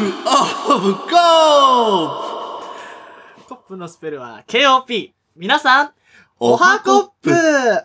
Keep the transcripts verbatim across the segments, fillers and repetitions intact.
オブコープコップのスペルは ケーオーピー。皆さん、 おはコップはい、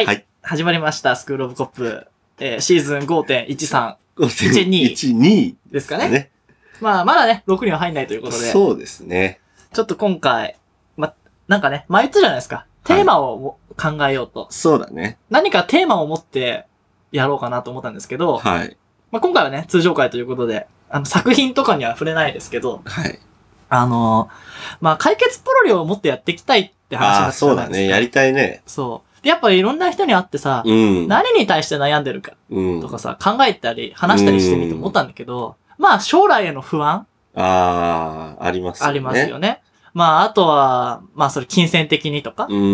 はい。 始まりました。スクールオブコップ。えー、シーズン ごてんいちさんごてんいちにですかね。ねまあ、まだね、ろくには入んないということで。 そうですね。 ちょっと今回、ま、なんかね、毎つじゃないですか。テーマを考えようと、はい。 そうだね。 何かテーマを持ってやろうかなと思ったんですけど、 はい。 まあ、今回はね、通常回ということで、あの、作品とかには触れないですけど、 はい。 あのー、まあ、解決プロリを持ってやっていきたいって話になっああ、 たじゃないですか。 そうだね。やりたいね。 そう。で、やっぱりいろんな人に会ってさ、 うん。 何に対して悩んでるかうん。 とかさ、考えたり、話したりしてみて思ったんだけど、まあ、将来への不安ああ、ありますよね。 ありますよね。まあ、あとは、まあ、それ金銭的にとか、 うん。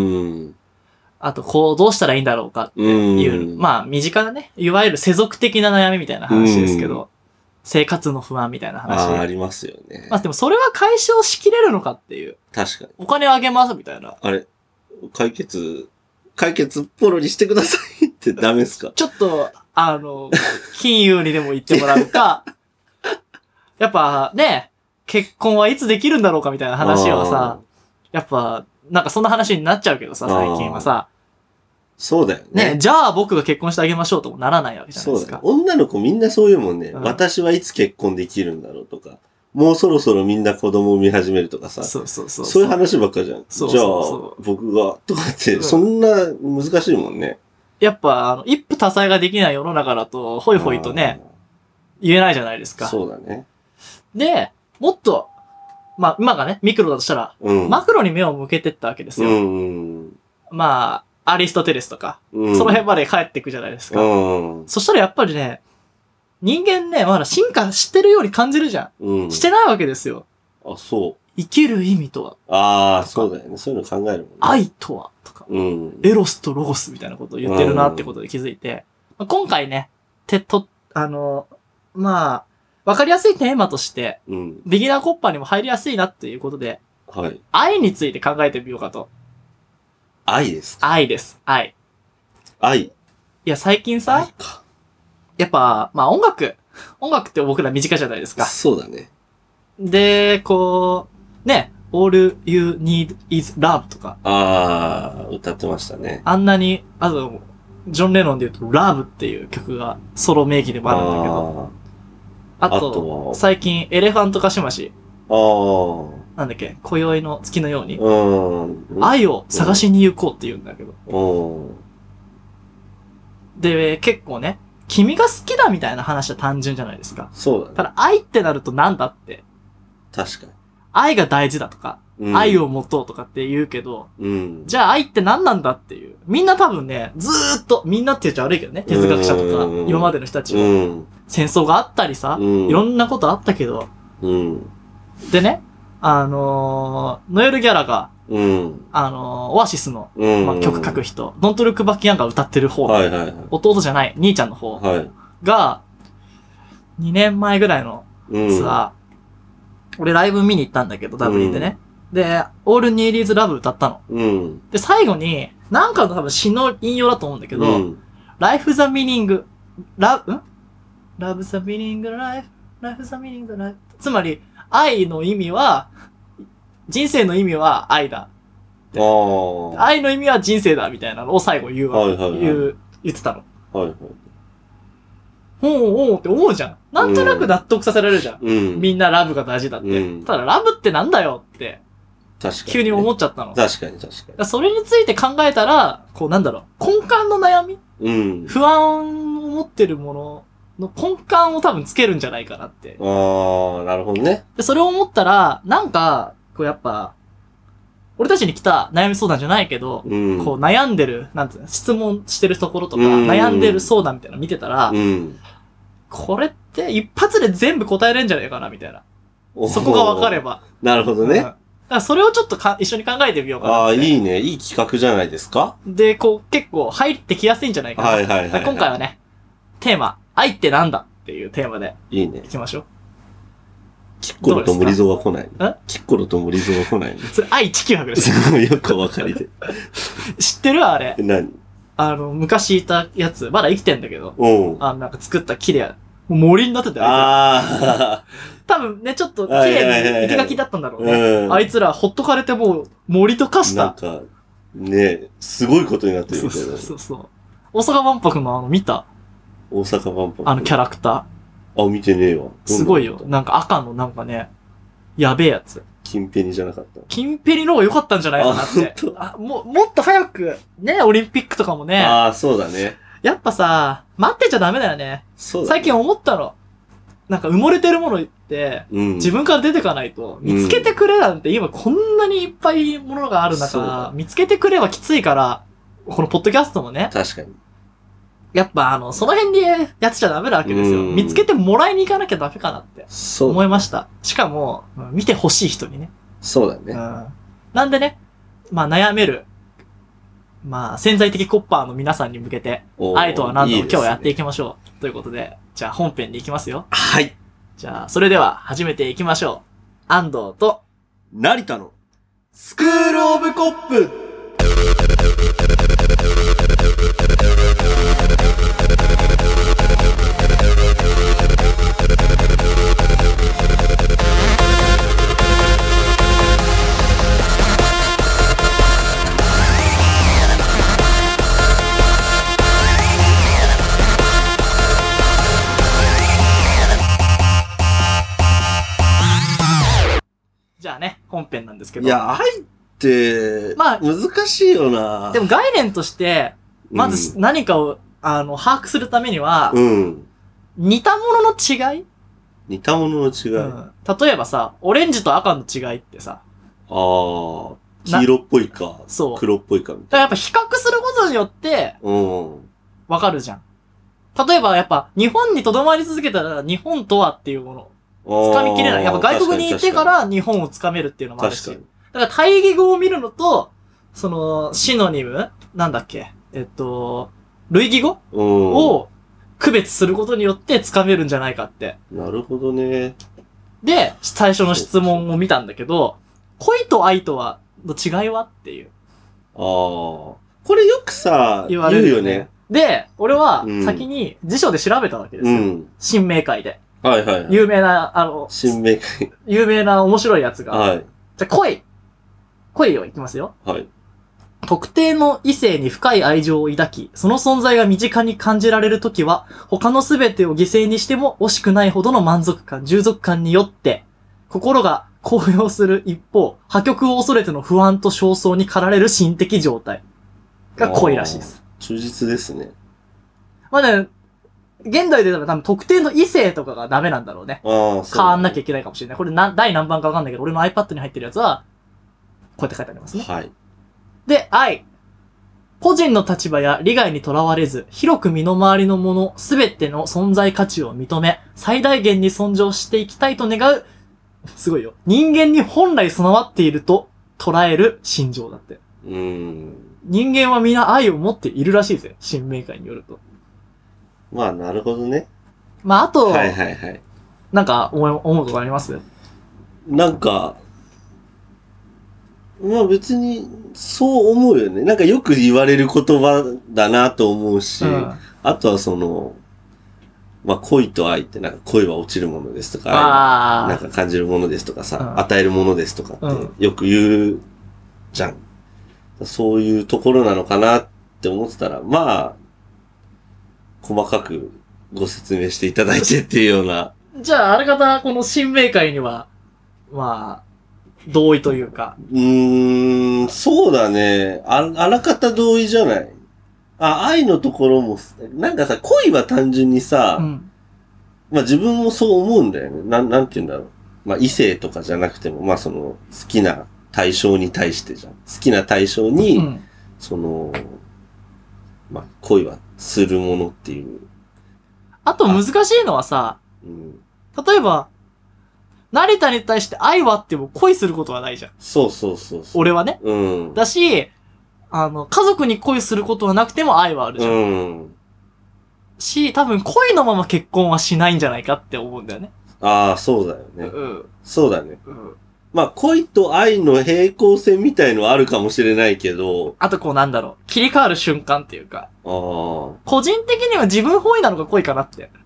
あと、こう、どうしたらいいんだろうかっていう、 うんまあ、身近なね、いわゆる世俗的な悩みみたいな話ですけど、生活の不安みたいな話。 ああ、ありますよね。 まあ、でもそれは解消しきれるのかっていう。 確かに。 お金あげますみたいな。 あれ、解決、解決ポロにしてくださいってダメですか？ ちょっと、あの、金融にでも言ってもらうか、やっぱね、結婚はいつできるんだろうかみたいな話はさ、やっぱ、なんかそんな話になっちゃうけどさ、最近はさ。 そうだよね。 ね、じゃあ僕が結婚してあげましょうともならないわけじゃないですか。 そうだね。女の子みんなそういうもんね、 うん。 私はいつ結婚できるんだろうとか、もうそろそろみんな子供を産み始めるとかさ。 そうそうそうそう。 そういう話ばっかじゃん。 そうそうそうじゃあ、僕が、とかって、そんな難しいもんね。 やっぱ、あの、一夫多妻ができない世の中だと、ほいほいとね、言えないじゃないですか。 そうだね。 で、もっと、まあ、今がね、ミクロだとしたら、 うん、 マクロに目を向けてったわけですよ。 うんうん、 まあ、アリストテレスとか、 うん、 その辺まで帰っていくじゃないですか。 うん、 そしたらやっぱりね、人間ね、まだ進化してるように感じるじゃん。うん、してないわけですよ。 あ、そう。 生きる意味とは。 ああ、そうだよね。そういうの考えるもんね。 愛とはとか、 うん、 エロスとロゴスみたいなことを言ってるなってことで気づいて、うん、今回ね、て、と、あの、まあ、わかりやすいテーマとして、うん、ビギナーコッパーにも入りやすいなっていうことで、はい。愛について考えてみようかと。 愛ですか？ 愛です。愛。 愛。 いや、最近さ、やっぱ、まあ音楽。音楽って僕ら身近じゃないですか。 そうだね。 で、こう、ね、All You Need Is Love とか。 ああ、歌ってましたね。 あんなに、あと、ジョン・レノンで言うと Love っていう曲がソロ名義でもあるんだけど。あと、あと最近、エレファントカシマシ。ああ。なんだっけ、今宵の月のように。うん。愛を探しに行こうって言うんだけど。うん。で、結構ね、君が好きだみたいな話は単純じゃないですか。そうだね。ただ愛ってなるとなんだって。 確かに。 愛が大事だとか、うん、愛を持とうとかって言うけど、うん、じゃあ愛って何なんだっていう。みんな多分ね、ずーっと、みんなって言っちゃ悪いけどね、哲学者とか、今までの人たちは、うん、戦争があったりさ、うん、いろんなことあったけど、うん、でね、あのー、ノエル・ギャラが、うん、あのー、オアシスの、うんまあ、曲書く人、ドントルック・バッキアンが歌ってる方、はいはいはい、弟じゃない、兄ちゃんの方が、にねんまえぐらいのツアー、うん、俺ライブ見に行ったんだけど、ダブリンでね。うん、で、All You Need Is Love 歌ったの。うん、で、最後に、なんかの多分詩の引用だと思うんだけど、うん、Life the Meaning, Love, ん Love the Meaning, Life, Life the Meaning, Life. つまり、愛の意味は、人生の意味は愛だ。愛の意味は人生だ、みたいなのを最後言うわ、はいはいはい、言う、言ってたの。はいはいおうおうって思うじゃん。なんとなく納得させられるじゃん。うん、みんなラブが大事だって。うん、ただラブってなんだよって。確かに、ね。急に思っちゃったの。 確かに確かに。 それについて考えたら、こうなんだろう。根幹の悩み、うん、不安を持ってるものの根幹を多分つけるんじゃないかなって。 ああ、なるほどね。 で、それを思ったら、なんか、こうやっぱ、俺たちに来た悩み相談じゃないけど、うん、こう悩んでる、なんていうの、質問してるところとか、うん、悩んでる相談みたいなの見てたら、うんこれって一発で全部答えれるんじゃないかなみたいな。そこが分かれば。 なるほどね。うん、 だからそれをちょっとか一緒に考えてみようかな。 ああ、いいね。いい企画じゃないですか。 で、こう結構入ってきやすいんじゃないかな。 はいはいはい、はい。 今回はね、テーマ、愛ってなんだっていうテーマで。 いいね。 行きましょう。 キッコロと森蔵は来ないの。キッコロと森蔵は来ないの。 それ愛地球博です。 よくお分かりで。 知ってるあれ。 何あの、昔いたやつ、まだ生きてんだけど、あの、なんか作った木でもう森になってたよ、あいつら。 ああ。 多分ね、ちょっと綺麗に生き書きだったんだろうね。 うん、 あいつらほっとかれてもう森と化した。 なんか、ね、すごいことになってるみたいな。 そうそうそう。大阪万博のあの見た？ 大阪万博。 あのキャラクター。あ、見てねえわ。 すごいよ。なんか赤のなんかね、やべえやつ。 キンペニじゃなかった。 キンペニの方が良かったんじゃないかなって。あ、も、もっと早く、ね、オリンピックとかもね。 ああ、そうだね。 やっぱさ、待ってちゃダメだよね。 そうだね。 最近思ったの。なんか埋もれてるものって、うん、自分から出てかないと、見つけてくれなんて今こんなにいっぱいものがある中、見つけてくればきついから、このポッドキャストもね。 確かに。 やっぱあの、その辺でやってちゃダメなわけですよ。見つけてもらいに行かなきゃダメかなって思いました。しかも、見てほしい人にね。 そうだね。 うん。なんでね、まあ悩める、まあ潜在的コッパーの皆さんに向けて、愛とは何だろう今日やっていきましょう。ということで、じゃあ本編でいきますよ。 はい。 じゃあ、それでは始めていきましょう。安藤と、 成田の、スクールオブコップ。 じゃあね、本編なんですけど。 いや、愛って、まあ、難しいよな。 でも概念として、まず何かを、うん、あの、把握するためには、うん、似たものの違い似たものの違い、うん、 例えばさ、オレンジと赤の違いってさ、 ああ、黄色っぽいか、そう。黒っぽいかみたいな。 だからやっぱ比較することによって、うん。わかるじゃん。例えばやっぱ、日本に留まり続けたら、日本とはっていうもの。掴みきれない。やっぱ外国に行ってから日本を掴めるっていうのもあるし。だから対義語を見るのと、その、シノニムなんだっけえっと、類義語を区別することによって掴めるんじゃないかって。 なるほどね。 で、最初の質問を見たんだけど、恋と愛とは、の違いはっていう。 ああ。これよくさ、言われるよね。 で、俺は先に辞書で調べたわけですよ。うん、新明解で。 はいはい、はい。 有名な、あの、 新明解。 有名な面白いやつが。 はい。 じゃ、恋。恋をいきますよ。 はい。 特定の異性に深い愛情を抱き、その存在が身近に感じられるときは、他のすべてを犠牲にしても惜しくないほどの満足感、充足感によって、心が高揚する一方、破局を恐れての不安と焦燥に駆られる心的状態が恋らしいです。 忠実ですね。 まあね、現代で言ったら多分特定の異性とかがダメなんだろうね。 ああ、 そう、ね。変わんなきゃいけないかもしれない。これな、第何番かわかんないけど、俺の iPad に入ってるやつは、こうやって書いてありますね。 はい。 で、愛。個人の立場や利害にとらわれず、広く身の回りのもの、すべての存在価値を認め、最大限に尊重していきたいと願う、すごいよ。人間に本来備わっていると捉える心情だって。 うーん。 人間は皆愛を持っているらしいぜ。新明解によると。 まあ、なるほどね。 まあ、あと、 はいはいはい。 なんか思う、思うとこあります？ なんか、まあ別に、そう思うよね。なんかよく言われる言葉だなと思うし、うん、あとはその、まあ恋と愛ってなんか恋は落ちるものですとか、愛はなんか感じるものですとかさ、うん、与えるものですとかってよく言うじゃん。うん、そういうところなのかなって思ってたら、まあ、細かくご説明していただいてっていうような。 じゃあ、あらかたこの新明解には、まあ、同意というか。 うーん、そうだね。あ、あらかた同意じゃない。あ、愛のところも、なんかさ、恋は単純にさ、うん、まあ自分もそう思うんだよね。なん、なんて言うんだろう。まあ異性とかじゃなくても、まあその、好きな対象に対してじゃん。好きな対象に、うん、その、まあ恋はするものっていう。 あと難しいのはさ、うん、例えば、成田に対して愛はあっても恋することはないじゃん。 そうそうそうそう。 俺はね。 うん。 だし、あの、家族に恋することはなくても愛はあるじゃん。うん。し、多分恋のまま結婚はしないんじゃないかって思うんだよね。 ああ、そうだよね。 うん。 そうだね。うん。まあ、恋と愛の平行線みたいのはあるかもしれないけど。 あとこうなんだろう。切り替わる瞬間っていうか。 ああ。 個人的には自分本位なのが恋かなって。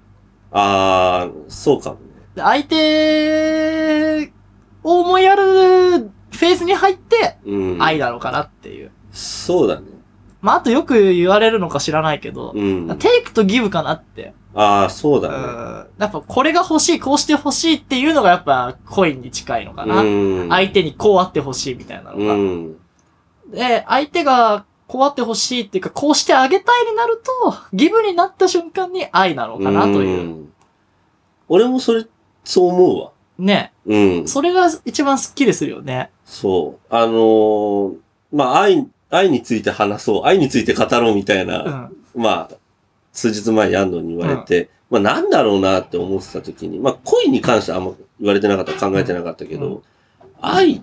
ああ、そうかもね。 で相手を思いやるフェーズに入って、愛なのかなっていう。 そうだね。 まあ、あとよく言われるのか知らないけど、うん、テイクとギブかなって。 ああ、そうだね。 やっぱこれが欲しい、こうして欲しいっていうのがやっぱコインに近いのかな。うん、相手にこうあって欲しいみたいなのが。うん、で、相手がこうあって欲しいっていうか、こうしてあげたいになると、ギブになった瞬間に愛なのかなという。うん、 俺もそれ、そう思うわ。 ね。うん。それが一番スッキリするよね。 そう。あのー、まあ、愛、愛について話そう。愛について語ろうみたいな。うん、まあ、数日前に安藤に言われて、うん、まあ、なんだろうなって思ってた時に、まあ、恋に関してはあんま言われてなかった、考えてなかったけど、うん、愛って、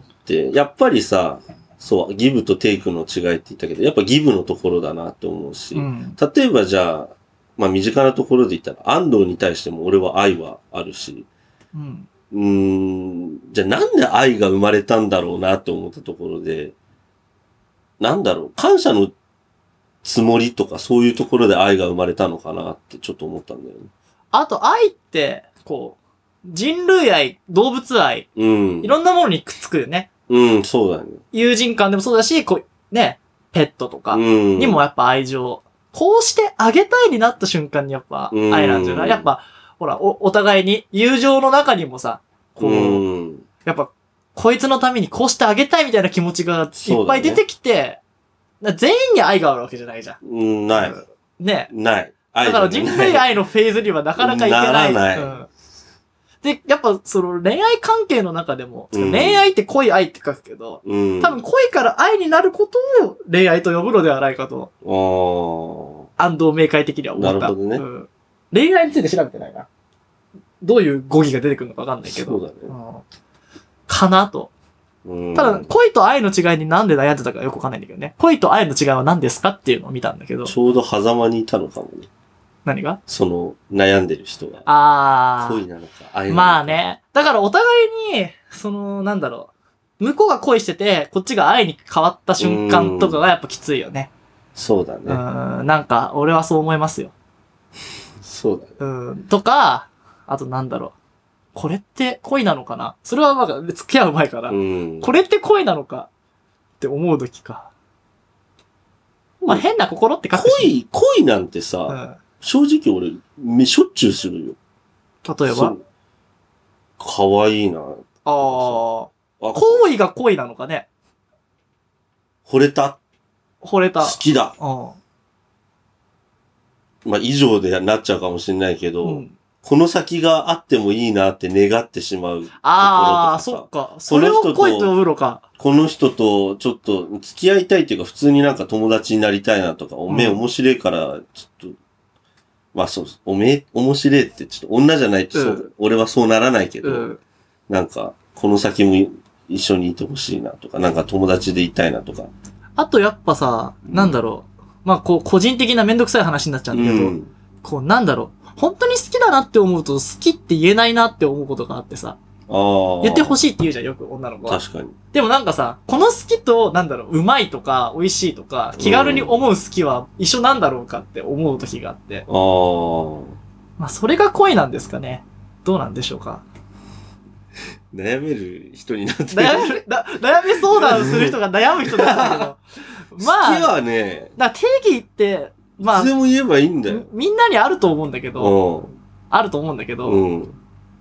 やっぱりさ、そう、ギブとテイクの違いって言ったけど、やっぱギブのところだなって思うし、うん、例えばじゃあ、まあ身近なところで言ったら、安藤に対しても俺は愛はあるし、うん、うーん、じゃあなんで愛が生まれたんだろうなって思ったところで、なんだろう、感謝のつもりとかそういうところで愛が生まれたのかなってちょっと思ったんだよね。 あと愛って、こう、人類愛、動物愛、うん、いろんなものにくっつくよね。 うん、そうだね。 友人間でもそうだし、こう、ね、ペットとかにもやっぱ愛情。こうしてあげたいになった瞬間にやっぱ愛なんじゃない？やっぱ、ほら、お、お互いに友情の中にもさ、こう、うん、やっぱ、こいつのためにこうしてあげたいみたいな気持ちがいっぱい出てきて、ね、全員に愛があるわけじゃないじゃん。 うん、ない。 ね。 ない。 だから人類愛のフェーズにはなかなかいけない。ならない。うん、で、やっぱその恋愛関係の中でも、うん、恋愛って恋愛って書くけど、うん、多分恋から愛になることを恋愛と呼ぶのではないかと。安藤明快的には思った。 なるほどね、うん。 恋愛について調べてないな。どういう語義が出てくるのかわかんないけど。 そうだね。 うん、かなと。ただ、恋と愛の違いになんで悩んでたかよくわかんないんだけどね。恋と愛の違いは何ですかっていうのを見たんだけど。 ちょうど狭間にいたのかもね。 何が？ その、悩んでる人が。 ああ。 恋なのか、愛なのか。 まあね。だからお互いに、その、なんだろう。向こうが恋してて、こっちが愛に変わった瞬間とかがやっぱきついよね。 そうだね。 うん。なんか、俺はそう思いますよ。 そうだね。 うん。とか、あとなんだろう。これって恋なのかな？それはまあ、付き合う前から。うん、これって恋なのかって思う時か。まあ、変な心って書くし。恋、恋なんてさ、うん、正直俺、しょっちゅうするよ。 例えばかわいいな。 ああ。好意が恋なのかね。 惚れた。 惚れた。 好きだ。うん、まあ、以上でなっちゃうかもしれないけど、うん、この先があってもいいなって願ってしまうところとかさ。 ああ、そっか。それを恋と呼ぶのか。 この人とちょっと付き合いたいっていうか普通になんか友達になりたいなとか、おめえ面白いからちょっと、まあそう、おめえ面白いってちょっと女じゃないとそう、うん、俺はそうならないけど、うん、なんかこの先も一緒にいてほしいなとか、なんか友達でいたいなとか。 あとやっぱさ、なんだろう。まあこう個人的なめんどくさい話になっちゃうんだけど、うん、こうなんだろう。本当に好きだなって思うと好きって言えないなって思うことがあってさ。 あ言ってほしいって言うじゃん、よく女の子は。 確かに。 でもなんかさ、この好きと、なんだろう、うまいとか、美味しいとか、気軽に思う好きは一緒なんだろうかって思う時があって。 ああ。 まあ、それが恋なんですかね。どうなんでしょうか。 悩める人になってる。 悩め、悩み相談する人が悩む人なんだけど。まあ。好きはね。 だ定義って、まあ。 いつでも言えばいいんだよ。 みんなにあると思うんだけど。あると思うんだけど。うん。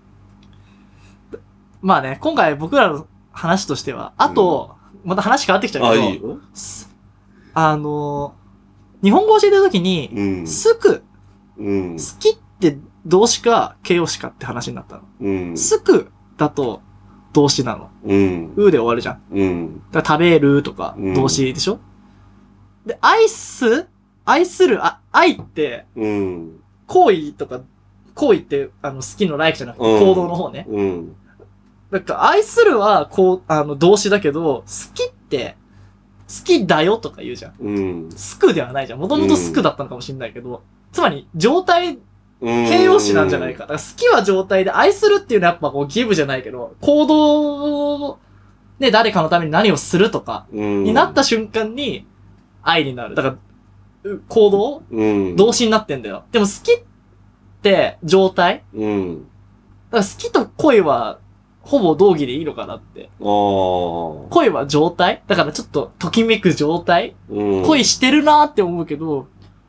まあね、今回僕らの話としては、あと、うん、また話変わってきちゃうけど、あ、いいよ。あの、日本語教えてるときに、うん、すく、うん、好きって動詞か形容詞かって話になったの。うん、すくだと動詞なの。うん、うで終わるじゃん。うん、だから食べるとか動詞でしょ、うん、で、愛す愛する、あ、愛って、うん、行為とか、行為って、あの、好きのライクじゃなくて、行動の方ね。うんなんか、愛するは、こう、あの、動詞だけど、好きって、好きだよとか言うじゃん。うん。すくではないじゃん。もともとすくだったのかもしれないけど、うん、つまり、状態、形容詞なんじゃないか。だから好きは状態で、愛するっていうのはやっぱこう、ギブじゃないけど、行動、ね、誰かのために何をするとか、になった瞬間に、愛になる。だから、行動、うん、動詞になってんだよ。でも好きっって状態。 うん。 だから好きと恋は、ほぼ同義でいいのかなって。 ああ。 恋は状態だからちょっと、ときめく状態、うん、恋してるなーって思うけど、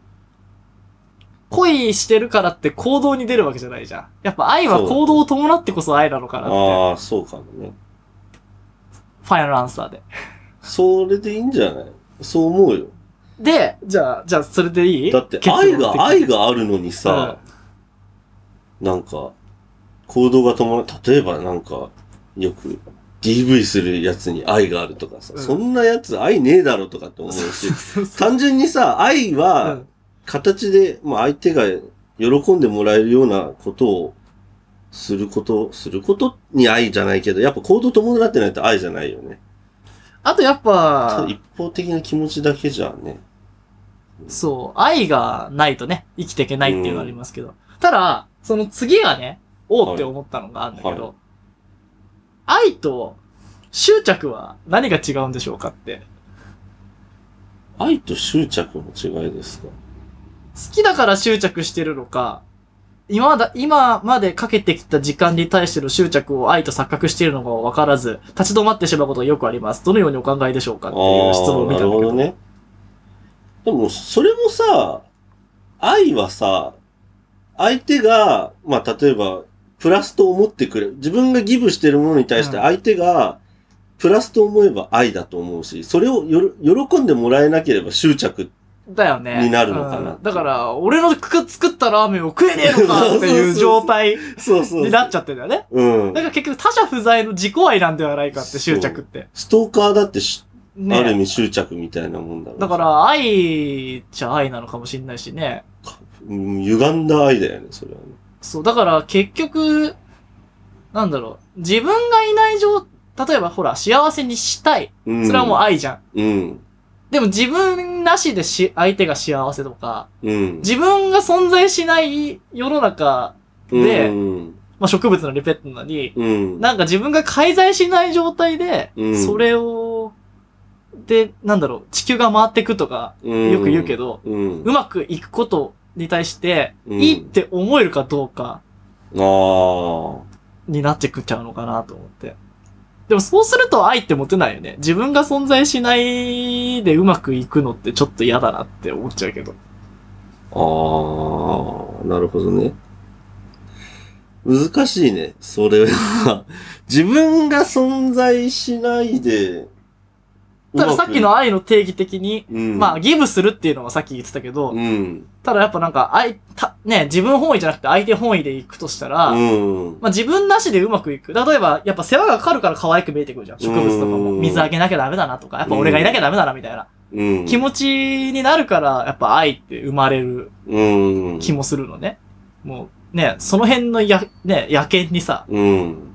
恋してるからって行動に出るわけじゃないじゃん。やっぱ愛は行動を伴ってこそ愛なのかなって。 ああ、そうかもね。 ファイナルアンサーで。 それでいいんじゃない？そう思うよ。 で、じゃあ、じゃあそれでいい？ だって愛が、愛があるのにさ、うん、なんか、行動が伴う、例えばなんか、よく ディーブイ するやつに愛があるとかさ、うん、そんなやつ愛ねえだろとかって思うし、単純にさ、愛は、形で、まあ相手が喜んでもらえるようなことをすること、することに愛じゃないけど、やっぱ行動伴ってないと愛じゃないよね。 あとやっぱ、 一方的な気持ちだけじゃね。 そう、愛がないとね、生きていけないっていうのがありますけど。うん、ただ、その次がね、おうって思ったのがあるんだけど、はいはい、愛と執着は何が違うんでしょうかって。 愛と執着の違いですか？ 好きだから執着してるのか、今まで、今までかけてきた時間に対しての執着を愛と錯覚しているのか分からず、立ち止まってしまうことがよくあります。どのようにお考えでしょうかっていう質問を見たんだけど。なるほどね。 でも、それもさ、愛はさ、相手が、まあ、例えば、プラスと思ってくれる。自分がギブしてるものに対して相手が、プラスと思えば愛だと思うし、それをよろ喜んでもらえなければ執着だよね。 になるのかな、 うん。だから、俺の作ったラーメンを食えねえのかっていう状態になっちゃってんだよね。うん。だから結局他者不在の自己愛なんではないかって執着って。 ストーカーだってし、ね、ある意味執着みたいなもんだろう。 だから愛っちゃ愛なのかもしれないしね。 うん、歪んだ愛だよね、それはね。 そう、だから結局、なんだろう、自分がいない状、例えばほら、幸せにしたい。うん、それはもう愛じゃん。うん。でも自分なしでし、相手が幸せとか、うん、自分が存在しない世の中で、うん、まあ植物のリペットなり、うん、なんか自分が介在しない状態で、うん、それを、で、なんだろう、地球が回っていくとか、よく言うけど、うん、うまくいくことに対して、いいって思えるかどうか、になってくっちゃうのかなと思って。でもそうすると愛って持てないよね。自分が存在しないでうまくいくのってちょっと嫌だなって思っちゃうけど。 ああ、なるほどね。難しいね。それは。自分が存在しないで。 たださっきの愛の定義的に、うん、まあギブするっていうのはさっき言ってたけど、うん、ただやっぱなんか愛、た、ね、自分本位じゃなくて相手本位で行くとしたら、うん、まあ自分なしでうまくいく。例えばやっぱ世話がかかるから可愛く見えてくるじゃん。植物とかも水あげなきゃダメだなとか、やっぱ俺がいなきゃダメだなみたいな、うん、気持ちになるからやっぱ愛って生まれる気もするのね。もうね、その辺のや、ね、野犬にさ、うん、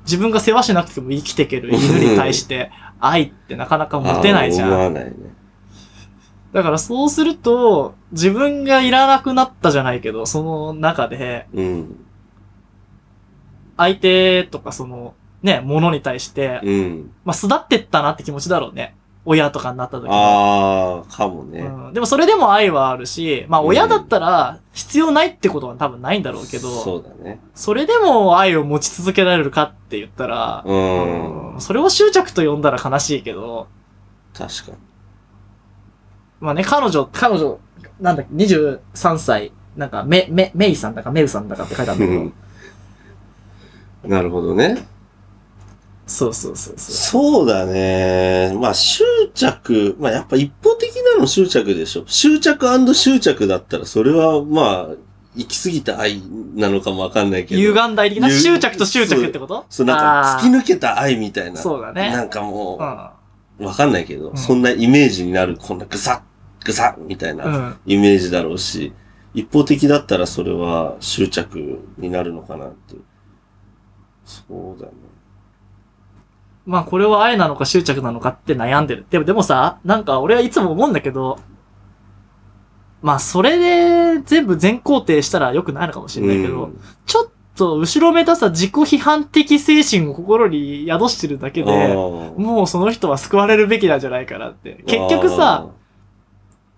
自分が世話しなくても生きていける犬に対して、愛ってなかなか持てないじゃん。思わないね。だからそうすると、自分がいらなくなったじゃないけど、その中で、うん、相手とかその、ね、物に対して、うん、まあ、巣立ってったなって気持ちだろうね。親とかになった時に。 ああ、かもね、 うん。でもそれでも愛はあるし、まあ親だったら必要ないってことは多分ないんだろうけど、 うん、そうだね。 それでも愛を持ち続けられるかって言ったら、うん、うん、それを執着と呼んだら悲しいけど、 確かに。 まあね、彼女、彼女、なんだっけ、にじゅうさんさい、なんか、め、め、めいさんだか、めうさんだかって書いてあるんだけど。なるほどね。 そうそうそうそう。 そうだね。まあ、執着、まあやっぱ一方的なの執着でしょ。執着&執着だったら、それはまあ、行き過ぎた愛なのかもわかんないけど。 歪んだ愛的な執着と執着ってこと？ そう、なんか突き抜けた愛みたいな。 そうだね。 なんかもう、うん、わかんないけど、うん、そんなイメージになる、こんなぐさっ、ぐさっみたいなイメージだろうし、うん、一方的だったらそれは執着になるのかなって。そうだね。 まあこれは愛なのか執着なのかって悩んでる。でも、でもさ、なんか俺はいつも思うんだけど、まあそれで全部全肯定したら良くないのかもしれないけど、うん、ちょっと後ろめたさ自己批判的精神を心に宿してるだけで、もうその人は救われるべきなんじゃないかなって。結局さ、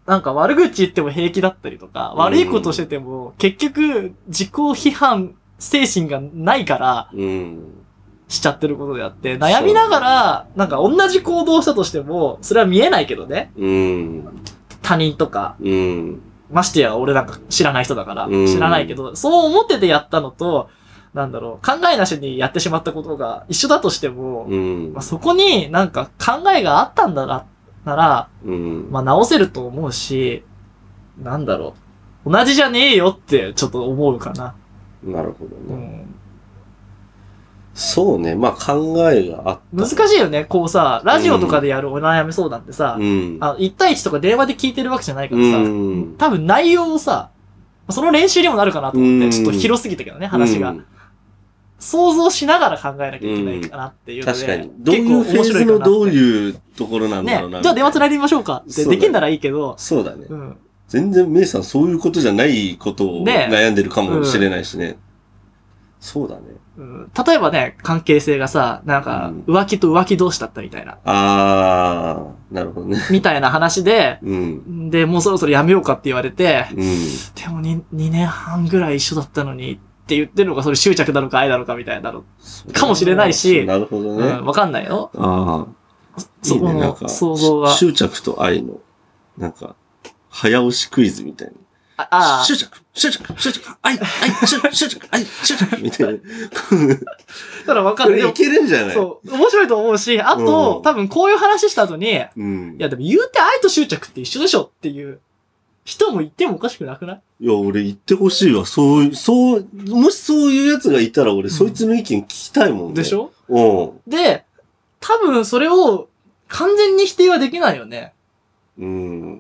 なんか悪口言っても平気だったりとか、悪いことしてても、結局、自己批判精神がないから、しちゃってることであって、悩みながら、なんか同じ行動したとしても、それは見えないけどね。うん、他人とか、うん、ましてや俺なんか知らない人だから、知らないけど、そう思っててやったのと、なんだろう、考えなしにやってしまったことが一緒だとしても、うん、まあ、そこになんか考えがあったんだな、なら、うん、まあ直せると思うし、なんだろう、同じじゃねえよってちょっと思うかな。 なるほどね。うん、そうね、まあ考えがあった。 難しいよね、こうさ、ラジオとかでやるお悩み相談ってさ、うん、あいち対いちとか電話で聞いてるわけじゃないからさ、うん、多分内容をさ、その練習にもなるかなと思って、うん、ちょっと広すぎたけどね、話が。うん想像しながら考えなきゃいけないかなっていうので、うん、 確かに。どういうフェーズのどういうところなんだろうな。 ね、じゃあ電話つないでみましょうかってできんならいいけど。 そうだね。うん、全然メイさんそういうことじゃないことを悩んでるかもしれないしね。ねうん、そうだね、 うん。例えばね、関係性がさ、なんか、浮気と浮気同士だったみたいな。うん、 あー、なるほどね。 みたいな話で、うん、で、もうそろそろやめようかって言われて、うん、でも 2, 2年半ぐらい一緒だったのに、って言ってるのがそれ執着なのか愛なのかみたいなのかもしれないし。 なるほどね。 うん、わかんないよ。ああ。そこの想像が。 執着と愛の、なんか、早押しクイズみたいな。ああ。執着、執着、執着、愛、愛、執着、愛、執着、みたいな。 ただわかんない。 いけるんじゃないそう。面白いと思うし、あと、うん、多分こういう話した後に、うん、いやでも言うて愛と執着って一緒でしょっていう。人も言ってもおかしくなくない？ いや、俺言ってほしいわ。そう、そう、もしそういう奴がいたら俺、うん、そいつの意見聞きたいもんね。 でしょ？うん。で、多分それを完全に否定はできないよね。うん。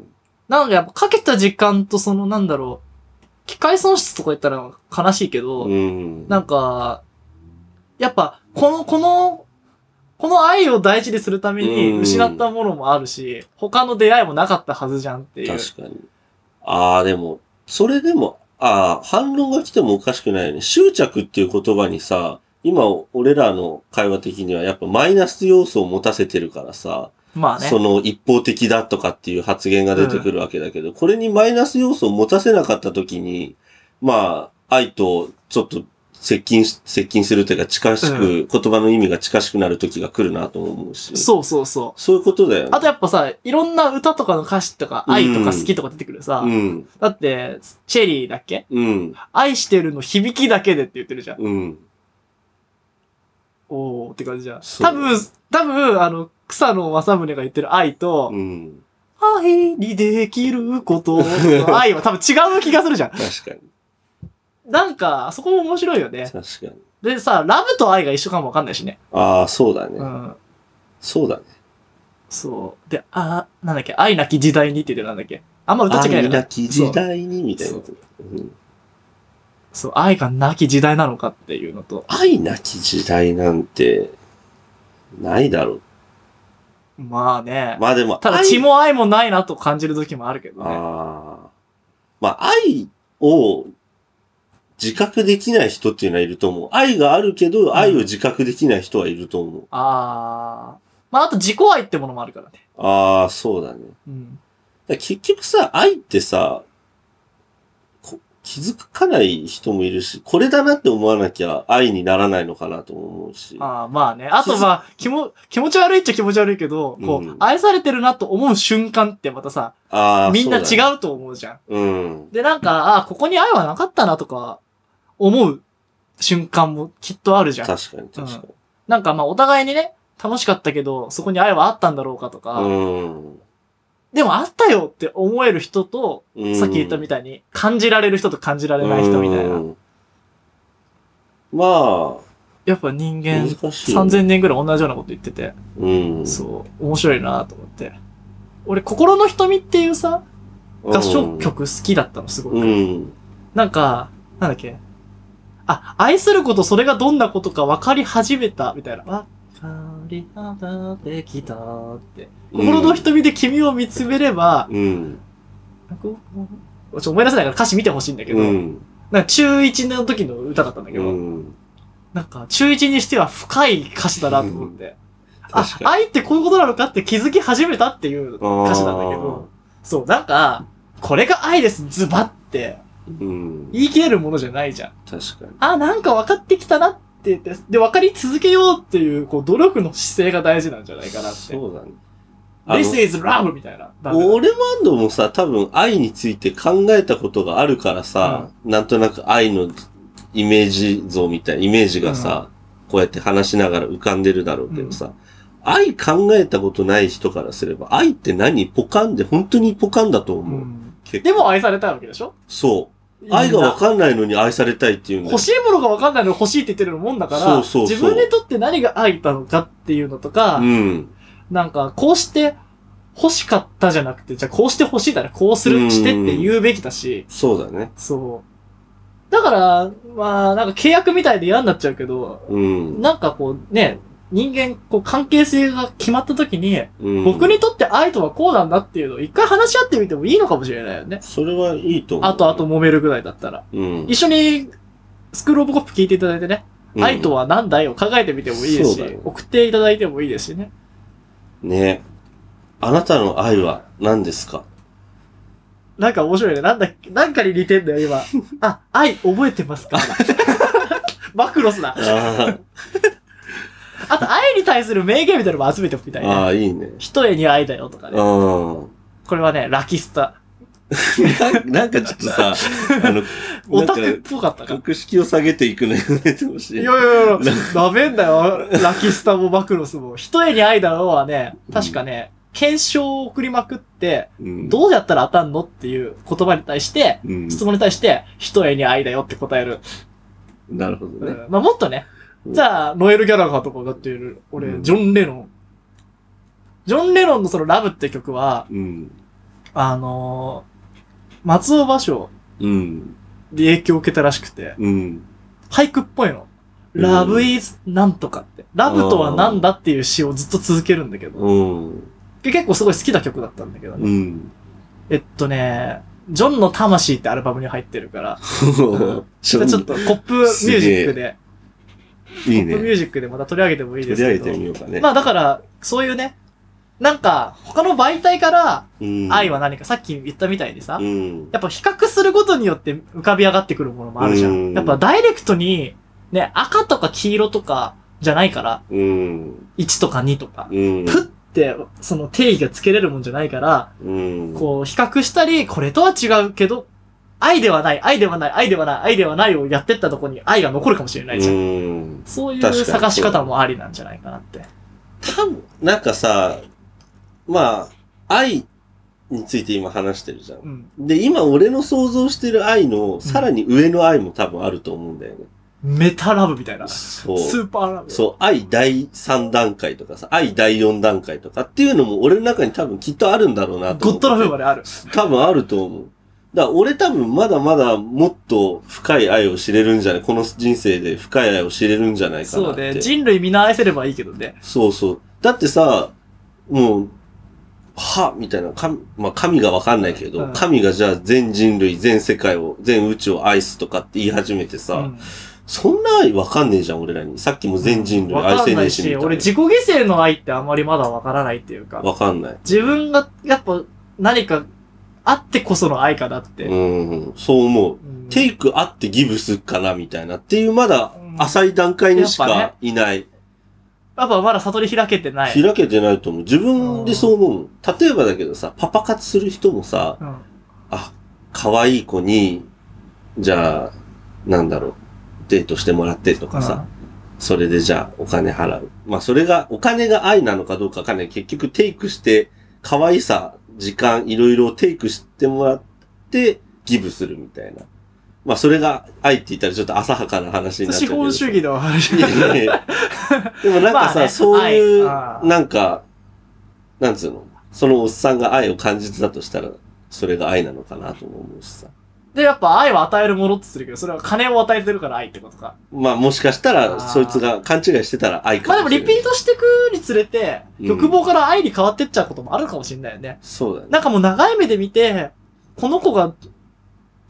なんかやっぱかけた時間とそのなんだろう、機械損失とか言ったら悲しいけど、うん。なんか、やっぱ、この、この、この愛を大事にするために失ったものもあるし、他の出会いもなかったはずじゃんっていう。 確かに。ああ、でも、それでも、ああ、反論が来てもおかしくないよね。執着っていう言葉にさ、今、俺らの会話的にはやっぱマイナス要素を持たせてるからさ、まあね。その一方的だとかっていう発言が出てくるわけだけど、うん、これにマイナス要素を持たせなかった時に、まあ、愛とちょっと接近し、接近するというか近しく、うん、言葉の意味が近しくなる時が来るなと思うし。 そうそうそう。 そういうことだよね。 あとやっぱさ、いろんな歌とかの歌詞とか、愛とか好きとか出てくるさ。うん、だって、チェリーだっけうん。愛してるの響きだけでって言ってるじゃん。うん。おーって感じじゃん。多分、多分、あの、草野正宗が言ってる愛と、うん、愛にできることの愛は多分違う気がするじゃん。 確かに。 なんか、そこも面白いよね。 確かに。 でさ、ラブと愛が一緒かもわかんないしね。 ああ、そうだね。うん。そうだね。 そう。で、あ、なんだっけ、愛なき時代にって言ってるなんだっけ。あんま歌っちゃいけない愛なき時代にみたいな。そう、 うん、そう、愛がなき時代なのかっていうのと。 愛なき時代なんて、ないだろう。 まあね。 まあでも、 ただ血も愛もないなと感じる時もあるけどね。 ああ。まあ愛を、自覚できない人っていうのはいると思う。愛があるけど、愛を自覚できない人はいると思う。 ああ。まあ、あと自己愛ってものもあるからね。 ああ、そうだね。うん、だ結局さ、愛ってさ、気づかない人もいるし、これだなって思わなきゃ愛にならないのかなと思うし。 ああ、まあね。あとまあ、気も、気持ち悪いっちゃ気持ち悪いけど、こう、うん、愛されてるなと思う瞬間ってまたさ、あみんな違うと思うじゃん。う、ね、うん。で、なんか、ああ、ここに愛はなかったなとか、思う瞬間もきっとあるじゃん。 確かに確かに。うん、 なんかまあ、お互いにね、楽しかったけど、そこに愛はあったんだろうかとか、うん。でもあったよって思える人と、うん、さっき言ったみたいに、感じられる人と感じられない人みたいな。うん、まあ、やっぱ人間、さんぜんねんぐらい同じようなこと言ってて、うん、そう、面白いなと思って。俺、心の瞳っていうさ、合唱曲好きだったの、すごく。うん、なんか、なんだっけ、あ、愛すること、それがどんなことか分かり始めた、みたいな。わかりはがってきたって。心の瞳で君を見つめれば、うん。ちょっと思い出せないから歌詞見てほしいんだけど、うん、なんか中いちの時の歌だったんだけど、うん、なんか中いちにしては深い歌詞だなと思って、うん、あ、愛ってこういうことなのかって気づき始めたっていう歌詞なんだけど、 そう、なんか、これが愛です、ズバって、うん、言い切れるものじゃないじゃん。 確かに。 あ、なんか分かってきたなって言って、で、分かり続けようっていう、こう、努力の姿勢が大事なんじゃないかなって。 そうだね。 This is love! みたいな。 俺も安藤もさ、多分愛について考えたことがあるからさ、うん、なんとなく愛のイメージ像みたいな、イメージがさ、うん、こうやって話しながら浮かんでるだろうけどさ、うん、愛考えたことない人からすれば、愛って何ポカンで本当にポカンだと思う。うん、 でも愛されたいわけでしょ？ そう。愛がわかんないのに愛されたいっていうんだよ。 欲しいものがわかんないのに欲しいって言ってるもんだから、そうそうそう、自分にとって何が愛なのかっていうのとか、うん、なんか、こうして欲しかったじゃなくて、じゃあこうして欲しいならこうするしてって言うべきだし。 そうだね。 そう。だから、まあ、なんか契約みたいで嫌になっちゃうけど、うん、なんかこうね、人間、こう関係性が決まった時に、うん、僕にとって愛とはこうなんだっていうのを一回話し合ってみてもいいのかもしれないよね。 それはいいと思う。 あとあと揉めるぐらいだったら。うん、一緒にスクールオブコップ聞いていただいてね、うん、愛とは何だいを考えてみてもいいですし、ね、送っていただいてもいいですしね。 ね。あなたの愛は何ですか？ なんか面白いね。なんだっけ、なんかに似てんだよ、今。あ、愛覚えてますか？マクロスだ。あ, あと、愛に対する名言みたいなのも集めておきたいね。 ああ、いいね。 一重に愛だよとかね。これはね、ラキスタ。 な, なんかちょっとさ、あの、 オタクっぽかったか。 格式を下げていくのやめてほしい。 いやいやいや、ダメんだよ。ラキスタもマクロスも。一重に愛だよはね、確かね、うん、検証を送りまくって、うん、どうやったら当たんのっていう言葉に対して、うん、質問に対して、一重に愛だよって答える。 なるほどね。 うん、まあもっとね、うん、じゃあ、ノエル・ギャラガーとかだっていう、俺、うん、ジョン・レノン。ジョン・レノンのそのラブって曲は、うん、あのー、松尾芭蕉で影響を受けたらしくて、うん、俳句っぽいの。Love is なんとかって。ラブとはなんだっていう詩をずっと続けるんだけど、うん、結構すごい好きな曲だったんだけどね。うん、えっとね、ジョンの魂ってアルバムに入ってるから、ちょっとポップミュージックで、いいね、ポップミュージックでまた取り上げてもいいですけど。 取り上げてみようかね。 まあだから、そういうね、なんか、他の媒体から愛は何か、うん、さっき言ったみたいにさ、うん、やっぱ比較することによって浮かび上がってくるものもあるじゃん。うん、やっぱダイレクトに、ね、赤とか黄色とかじゃないから、うん、いちとかにとか、うん、プって、その定義がつけれるもんじゃないから、うん、こう、比較したり、これとは違うけど、愛ではない、愛ではない、愛ではない、愛ではないをやってったところに愛が残るかもしれないじゃん。うん、そういう探し方もありなんじゃないかなって。 多分、なんかさ、まあ、愛について今話してるじゃん。うん、で、今俺の想像してる愛の、さらに上の愛も多分あると思うんだよね。 メタラブみたいな。 そう。 スーパーラブ。 そう。愛だいさん段階とかさ、愛だいよん段階とかっていうのも俺の中に多分きっとあるんだろうなと思って。 ゴッドラブまである。 多分あると思う。だから俺多分まだまだもっと深い愛を知れるんじゃない、この人生で深い愛を知れるんじゃないかなって。 そうね。人類みんな愛せればいいけどね。 そうそう。だってさ、もう、はみたいな、神、まあ神がわかんないけど、うん、神がじゃあ全人類、全世界を、全宇宙を愛すとかって言い始めてさ、うん、そんな愛わかんねえじゃん、俺らに。さっきも全人類愛せねえしみたいな。 俺自己犠牲の愛ってあんまりまだわからないっていうか。 わかんない。 自分がやっぱ何かあってこその愛かなって。 うん、そう思う。うん、テイクあってギブスかなみたいなっていうまだ浅い段階にしかいない。うんやっぱまだ悟り開けてない。 開けてないと思う。自分でそう思う。例えばだけどさ、パパ活する人もさ、うん、あ、可愛い子に、じゃあ、なんだろう、デートしてもらってとかさ、うん、それでじゃあお金払う。まあそれが、お金が愛なのかどうかわかんない。結局テイクして、可愛さ、時間、いろいろテイクしてもらって、ギブするみたいな。まあそれが愛って言ったらちょっと浅はかな話になっちゃうけど。資本主義の話。いやいやいやでもなんかさ、ね、そういう、なんか、なんつうの、そのおっさんが愛を感じてたとしたら、それが愛なのかなとも思うしさ。 で、やっぱ愛を与えるものってするけど、それは金を与えてるから愛ってことか。 まあもしかしたら、そいつが勘違いしてたら愛かもしれない。 まあでもリピートしてくにつれて、欲望から愛に変わってっちゃうこともあるかもしれないよね。 そうだね。 なんかもう長い目で見て、この子が、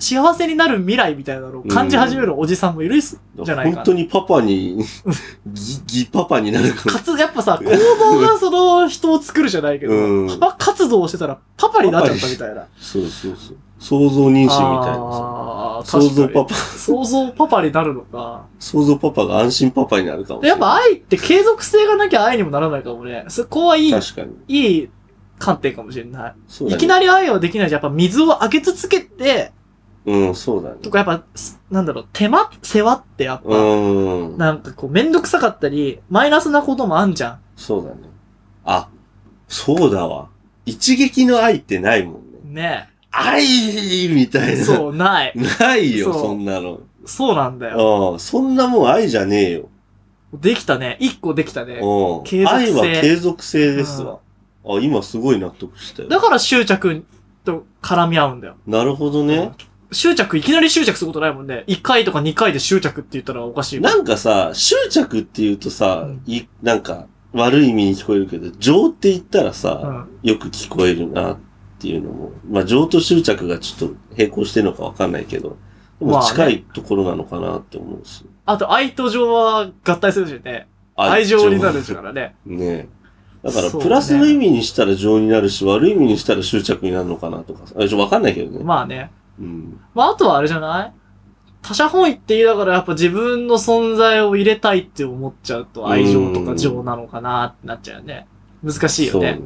幸せになる未来みたいなのを感じ始めるおじさんもいるじゃないかな。 本当にパパに、ギ、ギパパになるかも。かつ、やっぱさ、行動がその人を作るじゃないけど、うん、パパ活動をしてたらパパになっちゃったみたいな。 そうそうそう。創造妊娠みたいなさ。創造パパ。 創造パパになるのか。 創造パパが安心パパになるかもしれない。 やっぱ愛って継続性がなきゃ愛にもならないかもね。そこはいい。 確かに。 いい観点かもしれない。そうだね、いきなり愛はできないじゃん。やっぱ水をあげ続けて、 うん、そうだね。 とかやっぱ、なんだろう、手間、世話ってやっぱ、うんなんかこう、めんどくさかったり、マイナスなこともあんじゃん。 そうだね。あ、そうだわ。一撃の愛ってないもんね。 ねえ。 愛みたいな。 そう、ない。 ないよ、そんなの。 そうなんだよ。 ああ、そんなもん愛じゃねえよ。 できたね。一個できたね。 うん。継続性。愛は継続性ですわ。うん、あ、今すごい納得したよ。 だから執着と絡み合うんだよ。 なるほどね。 うん執着、いきなり執着することないもんね。いっかいとかにかいで執着って言ったらおかしいもん。 なんかさ、執着って言うとさ、うん、い、なんか、悪い意味に聞こえるけど、情って言ったらさ、うん、よく聞こえるなっていうのも、まあ情と執着がちょっと並行してるのかわかんないけど、でも近いところなのかなって思うし。 あと、愛と情は合体するしね。愛情になるからね。 ねだから、プラスの意味にしたら情になるし、ね、悪い意味にしたら執着になるのかなとか、あ、ちょっとわかんないけどね。 まあね。 うん。 まあ、あとはあれじゃない他者本位って言いながらやっぱ自分の存在を入れたいって思っちゃうと愛情とか情なのかなってなっちゃうよね。難しいよね。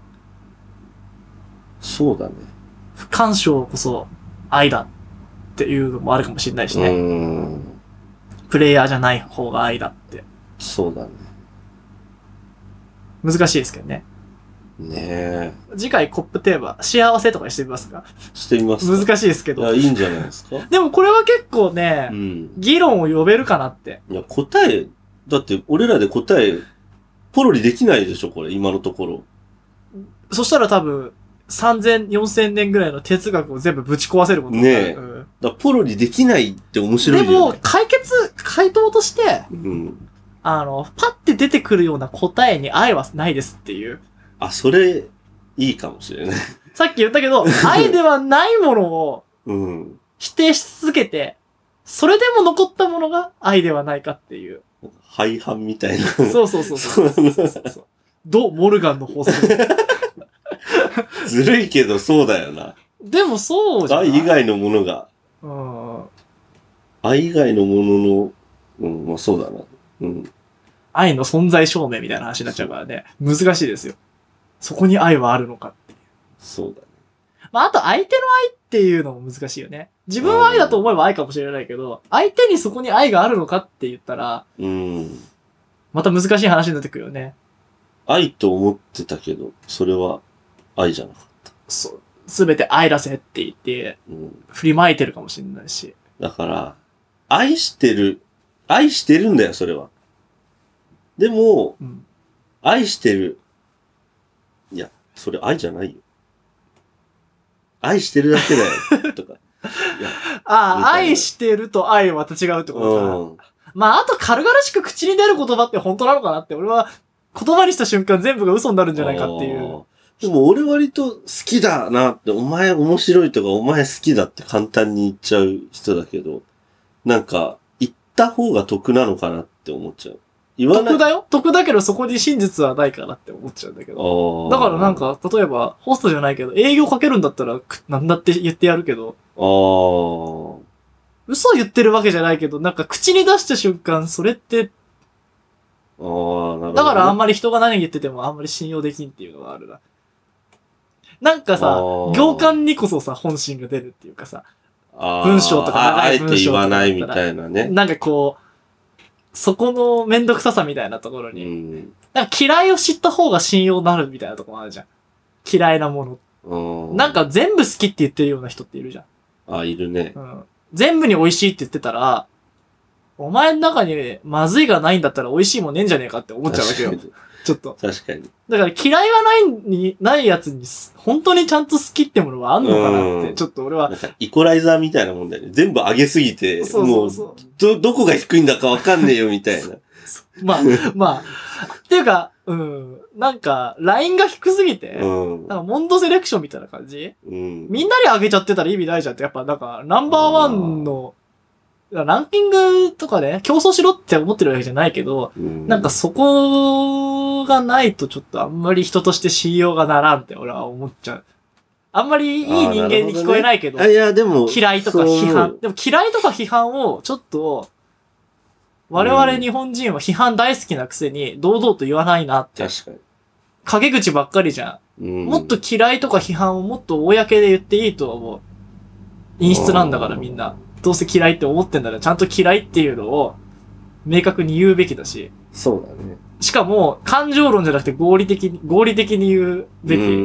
そうね。そうだね。 不干渉こそ愛だっていうのもあるかもしれないしね。うん。プレイヤーじゃない方が愛だって。 そうだね。 難しいですけどね。 ねえ。 次回コップテーマ、幸せとかにしてみますかしてみますか難しいですけど。 いや、いいんじゃないですかでもこれは結構ね、うん、議論を呼べるかなって。 いや、答え、だって俺らで答え、ポロリできないでしょ、これ、今のところ。 そしたら多分、さんぜん、よんせんねんぐらいの哲学を全部ぶち壊せることになる。 ねえ。うん、だポロリできないって面白いよね。 でも、解決、回答として、うん、あの、パッて出てくるような答えに愛はないですっていう。 あ、それ、いいかもしれない。 さっき言ったけど、愛ではないものを、否定し続けて、それでも残ったものが愛ではないかっていう。 廃反みたいな。 そうそうそうそうそうそうそうド・モルガンの法則。 ずるいけどそうだよな。 でもそうじゃん。 愛以外のものが。 うん、 愛以外のものの、うん、まあそうだな。うん。 愛の存在証明みたいな話になっちゃうからね。難しいですよ。そこに愛はあるのかっていう。 そうだね。 まあ、あと相手の愛っていうのも難しいよね。自分は愛だと思えば愛かもしれないけど、相手にそこに愛があるのかって言ったら、うん。また難しい話になってくるよね。 愛と思ってたけど、それは愛じゃなかった。 そう。すべて愛だぜって言って、うん、振りまいてるかもしれないし。 だから、愛してる、愛してるんだよ、それは。でも、うん、愛してる。いや、それ愛じゃないよ。愛してるだけだよ。とか。 いやああ、愛してると愛はまた違うってことか。うん、まあ、あと軽々しく口に出る言葉って本当なのかなって、俺は言葉にした瞬間全部が嘘になるんじゃないかっていう。 でも俺割と好きだなって、お前面白いとかお前好きだって簡単に言っちゃう人だけど、なんか、言った方が得なのかなって思っちゃう。 言わない。得だよ得だけどそこに真実はないかなって思っちゃうんだけど。だからなんか、例えば、ホストじゃないけど、営業かけるんだったら、なんだって言ってやるけど。ああ。嘘言ってるわけじゃないけど、なんか口に出した瞬間、それって、ああ、なるほど、ね。だからあんまり人が何言っててもあんまり信用できんっていうのがあるな。なんかさ、行間にこそさ、本心が出るっていうかさ、文章とか長い文章とか。あえて言わないみたいなね。なんかこう、そこのめんどくささみたいなところに、うん、なんか嫌いを知った方が信用になるみたいなところもあるじゃん。嫌いなもの。うん、なんか全部好きって言ってるような人っているじゃん。 あ、いるね。 うん。全部に美味しいって言ってたら、お前の中にまずいがないんだったら美味しいもんねえんじゃねえかって思っちゃうわけよ。 ちょっと。 確かに。 だから嫌いはないに、ないやつに、本当にちゃんと好きってものはあんのかなって、ちょっと俺は。 なんかイコライザーみたいなもんだよね。全部上げすぎて、 そうそうそうもう、ど、どこが低いんだかわかんねえよみたいな。 まあ、まあ。っていうか、うん。なんか、ラインが低すぎて、うん、なんかモンドセレクションみたいな感じ、うん、みんなに上げちゃってたら意味ないじゃんって、やっぱなんか、ナンバーワンの、ランキングとかね、競争しろって思ってるわけじゃないけど、うん、なんかそこがないとちょっとあんまり人として信用がならんって俺は思っちゃう。あんまりいい人間に聞こえないけど、 どね、いやでも嫌いとか批判。でも嫌いとか批判をちょっと、我々日本人は批判大好きなくせに堂々と言わないなって。 確かに。 陰口ばっかりじゃん。うん、もっと嫌いとか批判をもっと公で言っていいと思う。陰湿なんだからみんな。どうせ嫌いって思ってんだからちゃんと嫌いっていうのを明確に言うべきだし。 そうだね。 しかも感情論じゃなくて合理的に、合理的に言うべき。うん。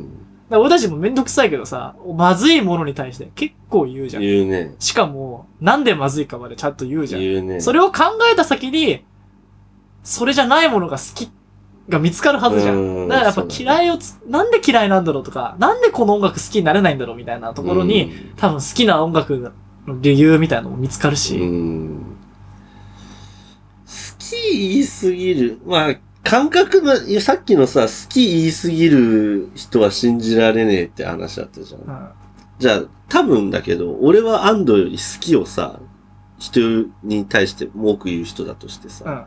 だから俺たちもめんどくさいけどさ、まずいものに対して結構言うじゃん。 言うね。 しかも、なんでまずいかまでちゃんと言うじゃん。 言うね。 それを考えた先に、それじゃないものが好きが見つかるはずじゃん。だからやっぱ嫌いをつ、なんで嫌いなんだろうとか、なんでこの音楽好きになれないんだろうみたいなところに、多分好きな音楽の理由みたいなのも見つかるし。うん好き言いすぎる。まあ、感覚の、さっきのさ、好き言いすぎる人は信じられねえって話あったじゃん。うん、じゃあ、多分だけど、俺は安藤より好きをさ、人に対して文句言う人だとしてさ、うん、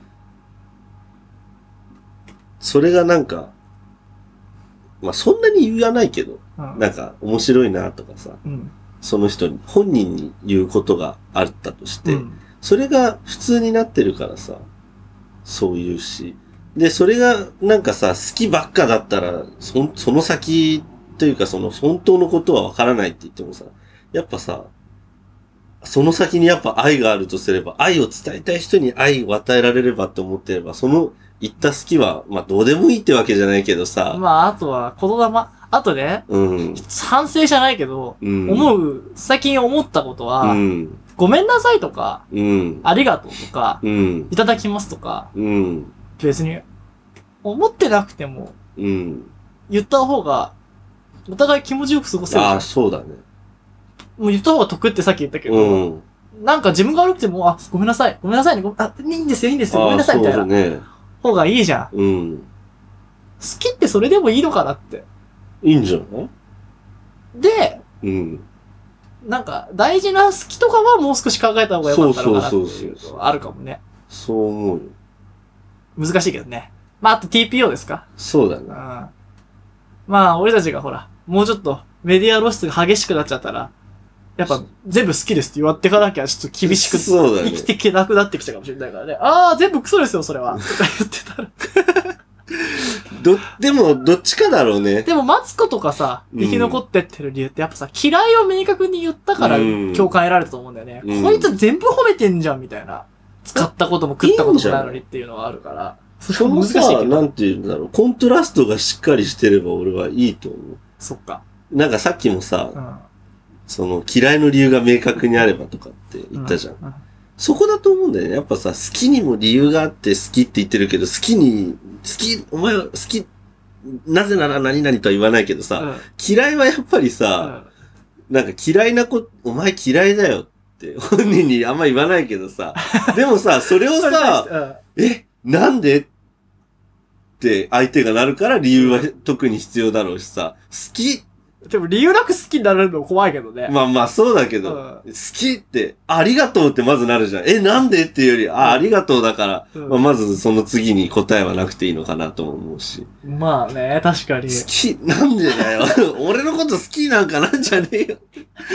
それがなんか、まあそんなに言わないけど、うん、なんか面白いなとかさ、うん、その人に、本人に言うことがあったとして、うん、それが普通になってるからさ、そう言うし、で、それがなんかさ、好きばっかだったら、そ、その先というかその本当のことはわからないって言ってもさ、やっぱさ、その先にやっぱ愛があるとすれば、愛を伝えたい人に愛を与えられればって思ってれば、その言った好きは、まあどうでもいいってわけじゃないけどさ。 まああとは言霊、あとね、うん、反省じゃないけど、うん、思う、最近思ったことは、うん、ごめんなさいとか、うん、ありがとうとか、うん、いただきますとか、うん、別に思ってなくても、うん、言った方が、お互い気持ちよく過ごせる。 ああ、そうだね。 もう言った方が得ってさっき言ったけど、うん、なんか自分が悪くても、あ、ごめんなさい、ごめんなさいね、ごあ、いいんですよ、いいんですよ、ごめんなさい、みたいな、ね、方がいいじゃん。うん。好きってそれでもいいのかなって。 いいんじゃない？ で、うん。なんか、大事な好きとかはもう少し考えた方がよかったのかなっていうのあるかもね。 そう思うよ。 難しいけどね。まあ、あと ティーピーオー ですか？ そうだね。うん。 まあ、俺たちがほら、もうちょっとメディア露出が激しくなっちゃったら、やっぱ全部好きですって言わってかなきゃちょっと厳しく、そうだね、生きていけなくなってきたかもしれないからね。ああ、全部クソですよ、それは。とか言ってたら。 ど、でも、どっちかだろうね。 でも、マツコとかさ、生き残ってってる理由ってやっぱさ、嫌いを明確に言ったから共感得られたと思うんだよね。うん、こいつ全部褒めてんじゃん、みたいな。使ったことも食ったこともないのにっていうのがあるから。 そのさ、なんて言うんだろう。コントラストがしっかりしてれば俺はいいと思う。 そっか。 なんかさっきもさ、うん、その嫌いの理由が明確にあればとかって言ったじゃん。うんうん、そこだと思うんだよね。やっぱさ、好きにも理由があって好きって言ってるけど、好きに、好き、お前は好き、なぜなら何々とは言わないけどさ、うん、嫌いはやっぱりさ、うん、なんか嫌いな子、お前嫌いだよって本人にあんま言わないけどさ、でもさ、それをさ、うん、え、なんでって相手がなるから理由は特に必要だろうしさ、好き、 でも理由なく好きになれるの怖いけどね。 まあまあそうだけど、うん、好きって、ありがとうってまずなるじゃん。え、なんでっていうより、あ、ありがとうだから、うん、まあ、まずその次に答えはなくていいのかなと思うし。 まあね、確かに。 好き、なんでだよ。俺のこと好きなんかなんじゃねえよ。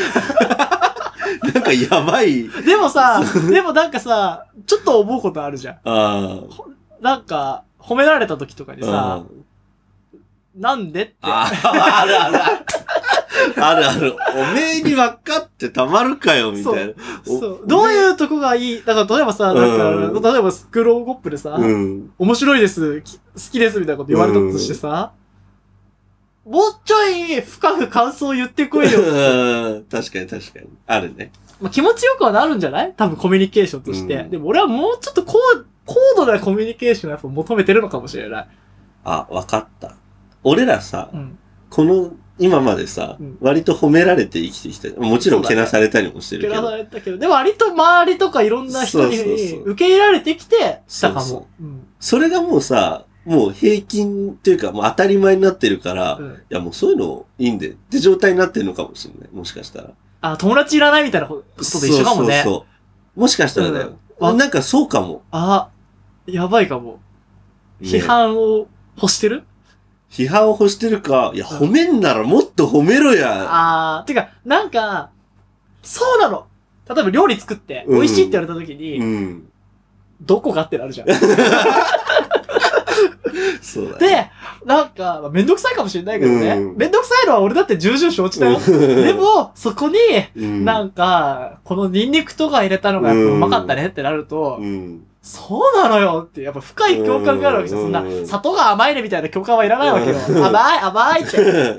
なんかやばい。 でもさ、でもなんかさ、ちょっと思うことあるじゃん。あなんか、褒められた時とかにさ、なんでって。ああるあるある。 あるある。おめえに分かってたまるかよ、みたいな。 そう。そう。どういうとこがいいだから例えばさ、なんか、うん、例えばスクローゴップでさ、うん、面白いです、好きですみたいなこと言われたとしてさ、うん、もうちょい深く感想言ってこいよ。 確かに確かに。あるね。 まあ、気持ちよくはなるんじゃない？多分コミュニケーションとして。うん、でも俺はもうちょっとこう、 高度なコミュニケーションをやっぱ求めてるのかもしれない。 あ、わかった。俺らさ、 うん、 この、今までさ、うん、割と褒められて生きてきた。もちろんけなされたりもしてるけど。 けなされたけど、でも割と周りとかいろんな人に受け入れられてきてしたかも。そうそう、 うん、それがもうさ、もう平均っていうかもう当たり前になってるから、うん、いやもうそういうのいいんでって状態になってるのかもしれない。もしかしたら。 あ、友達いらないみたいなことと一緒かもね。そうそうそう。 もしかしたらね、うん、なんかそうかも。 あ、やばいかも。批判を欲してる、ね、 批判を欲してるか、いや、褒めんならもっと褒めろや。 あー、てか、なんか、そうなの。例えば料理作って、美味しいって言われた時に、うんうん、どこかってなるじゃん。 そうだね。 で、なんか、まあ、めんどくさいかもしれないけどね。うん、めんどくさいのは俺だって重々承知だよ。でも、そこに、なんか、このニンニクとか入れたのがやっぱうまかったねってなると、うん、そうなのよって、やっぱ深い共感があるわけですよ。そんな、砂糖が甘いねみたいな共感はいらないわけよ。甘い、甘いって。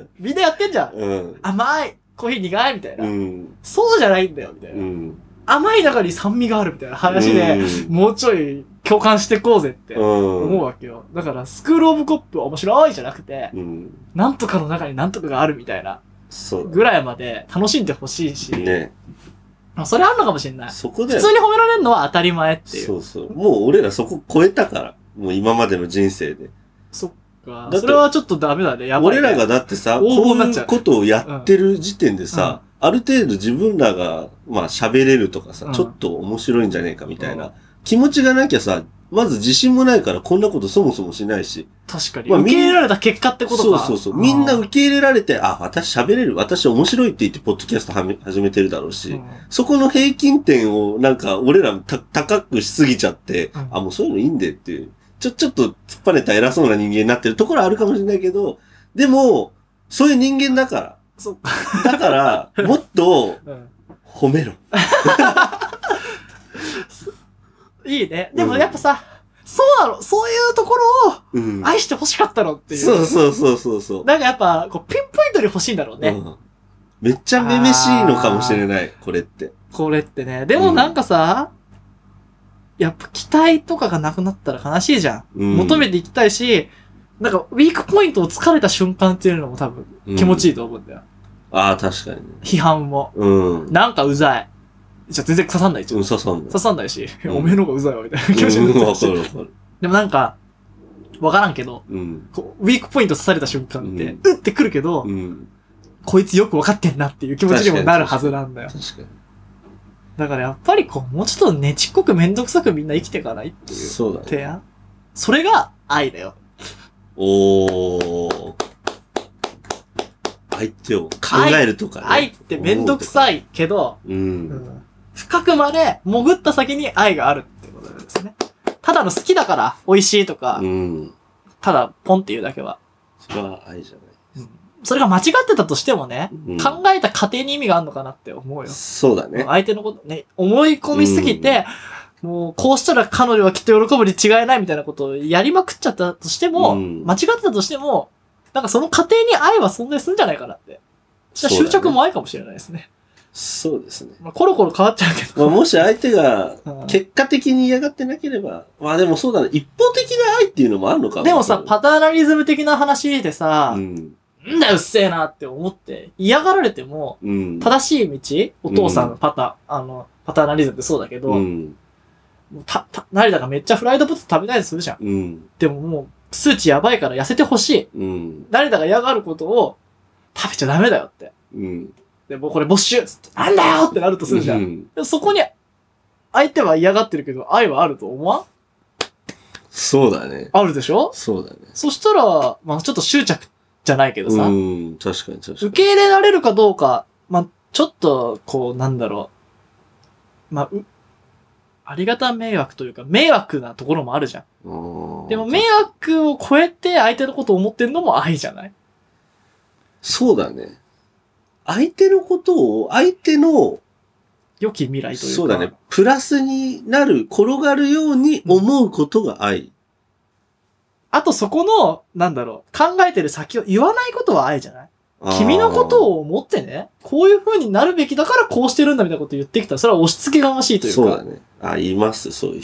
みんなやってんじゃん。うん、甘い、コーヒー苦いみたいな、うん。そうじゃないんだよ、みたいな。うん、甘い中に酸味があるみたいな話で、うん、もうちょい共感してこうぜって思うわけよ。だから、スクールオブコップは面白いじゃなくて、うん、なんとかの中になんとかがあるみたいな、ぐらいまで楽しんでほしいし、ね、それあるのかもしれない。そこで普通に褒められるのは当たり前っていう。 そうそう。もう俺らそこ超えたから。もう今までの人生で。 そっか。それはちょっとダメだね。やばいね。 俺らがだってさ、こういうことをやってる時点でさ、うん、ある程度自分らが、まあ喋れるとかさ、うん、ちょっと面白いんじゃねえかみたいな、うん、気持ちがなきゃさ、まず自信もないからこんなことそもそもしないし。 確かに。まあ、受け入れられた結果ってことか。 そうそうそう。みんな受け入れられて、あ、私喋れる。私面白いって言ってポッドキャストはめ始めてるだろうし、うん、そこの平均点をなんか俺らた高くしすぎちゃって、うん、あ、もうそういうのいいんでっていう。ちょ、ちょっと突っ張れた偉そうな人間になってるところはあるかもしれないけど、でも、そういう人間だから。 そっか。 だから、もっと、褒めろ。 いいね。でもやっぱさ、うん、そうなの。そういうところを愛して欲しかったのっていう。 そうそうそうそうそう。 なんかやっぱ、こう、ピンポイントに欲しいんだろうね。うん、 めっちゃめめしいのかもしれない、これって。 これってね。でもなんかさ、うん、やっぱ期待とかがなくなったら悲しいじゃん。うん、求めていきたいし、なんかウィークポイントを突かれた瞬間っていうのも多分気持ちいいと思うんだよ。 うん、ああ、確かにね。 批判も。うん。なんかうざい。じゃ全然刺さんないじゃん。 うん、刺さんない。 刺さんないし、うん、おめえの方がうざいわ、みたいな気持ちになってるし。うん、わかるわかる。でもなんか、わからんけど、うん、こうウィークポイント刺された瞬間って、うん、うってくるけど、うん、こいつよくわかってんなっていう気持ちにもなるはずなんだよ。確かに。確かに。だからやっぱりこう、もうちょっとねちっこくめんどくさくみんな生きていかないっていう。そうだね。提案。それが愛だよ。 おー。相手を考えるとかね。 愛ってめんどくさいけど、うんうん、深くまで潜った先に愛があるってことなんですね。ただの好きだから美味しいとか、うん、ただポンっていうだけは。 それは愛じゃない。 うん、それが間違ってたとしてもね、うん、考えた過程に意味があるのかなって思うよ。 そうだね。 相手のことね、思い込みすぎて、うん、もうこうしたら彼女はきっと喜ぶに違いないみたいなことをやりまくっちゃったとしても、うん、間違ってたとしても、なんかその過程に愛は存在するんじゃないかなって。じゃあ執着も愛かもしれないですね。 そうですね。 まあ、コロコロ変わっちゃうけど。 まあ、もし相手が結果的に嫌がってなければ、うん、まあでもそうだね。一方的な愛っていうのもあるのかも。 でもさ、パターナリズム的な話でさ、うん、んだようっせえなって思って嫌がられても、うん、正しい道、お父さんのパタ、うん、あの、パターナリズムってそうだけど、うん、た、た、成田がめっちゃフライドポテト食べたいとするじゃん。うん、でももう、数値やばいから痩せてほしい。うん、成田が嫌がることを食べちゃダメだよって。うん、で、もうこれ没収なんだよってなるとするじゃん。うん、そこに、相手は嫌がってるけど、愛はあると思わん？ そうだね。 あるでしょ？ そうだね。 そしたら、まあちょっと執着じゃないけどさ。 うん、確かに確かに。 受け入れられるかどうか、まあちょっと、こう、なんだろう。まあ、う、ありがた迷惑というか、迷惑なところもあるじゃん。でも迷惑を超えて相手のことを思ってるのも愛じゃない？ そうだね。相手のことを、相手の、 良き未来というか。 そうだね。プラスになる、転がるように思うことが愛。うん、 あとそこの、なんだろう、考えてる先を言わないことは愛じゃない？君のことを思ってね、こういう風になるべきだからこうしてるんだみたいなこと言ってきたら、それは押し付けがましいというか。 そうだね。あ、います、そういう人。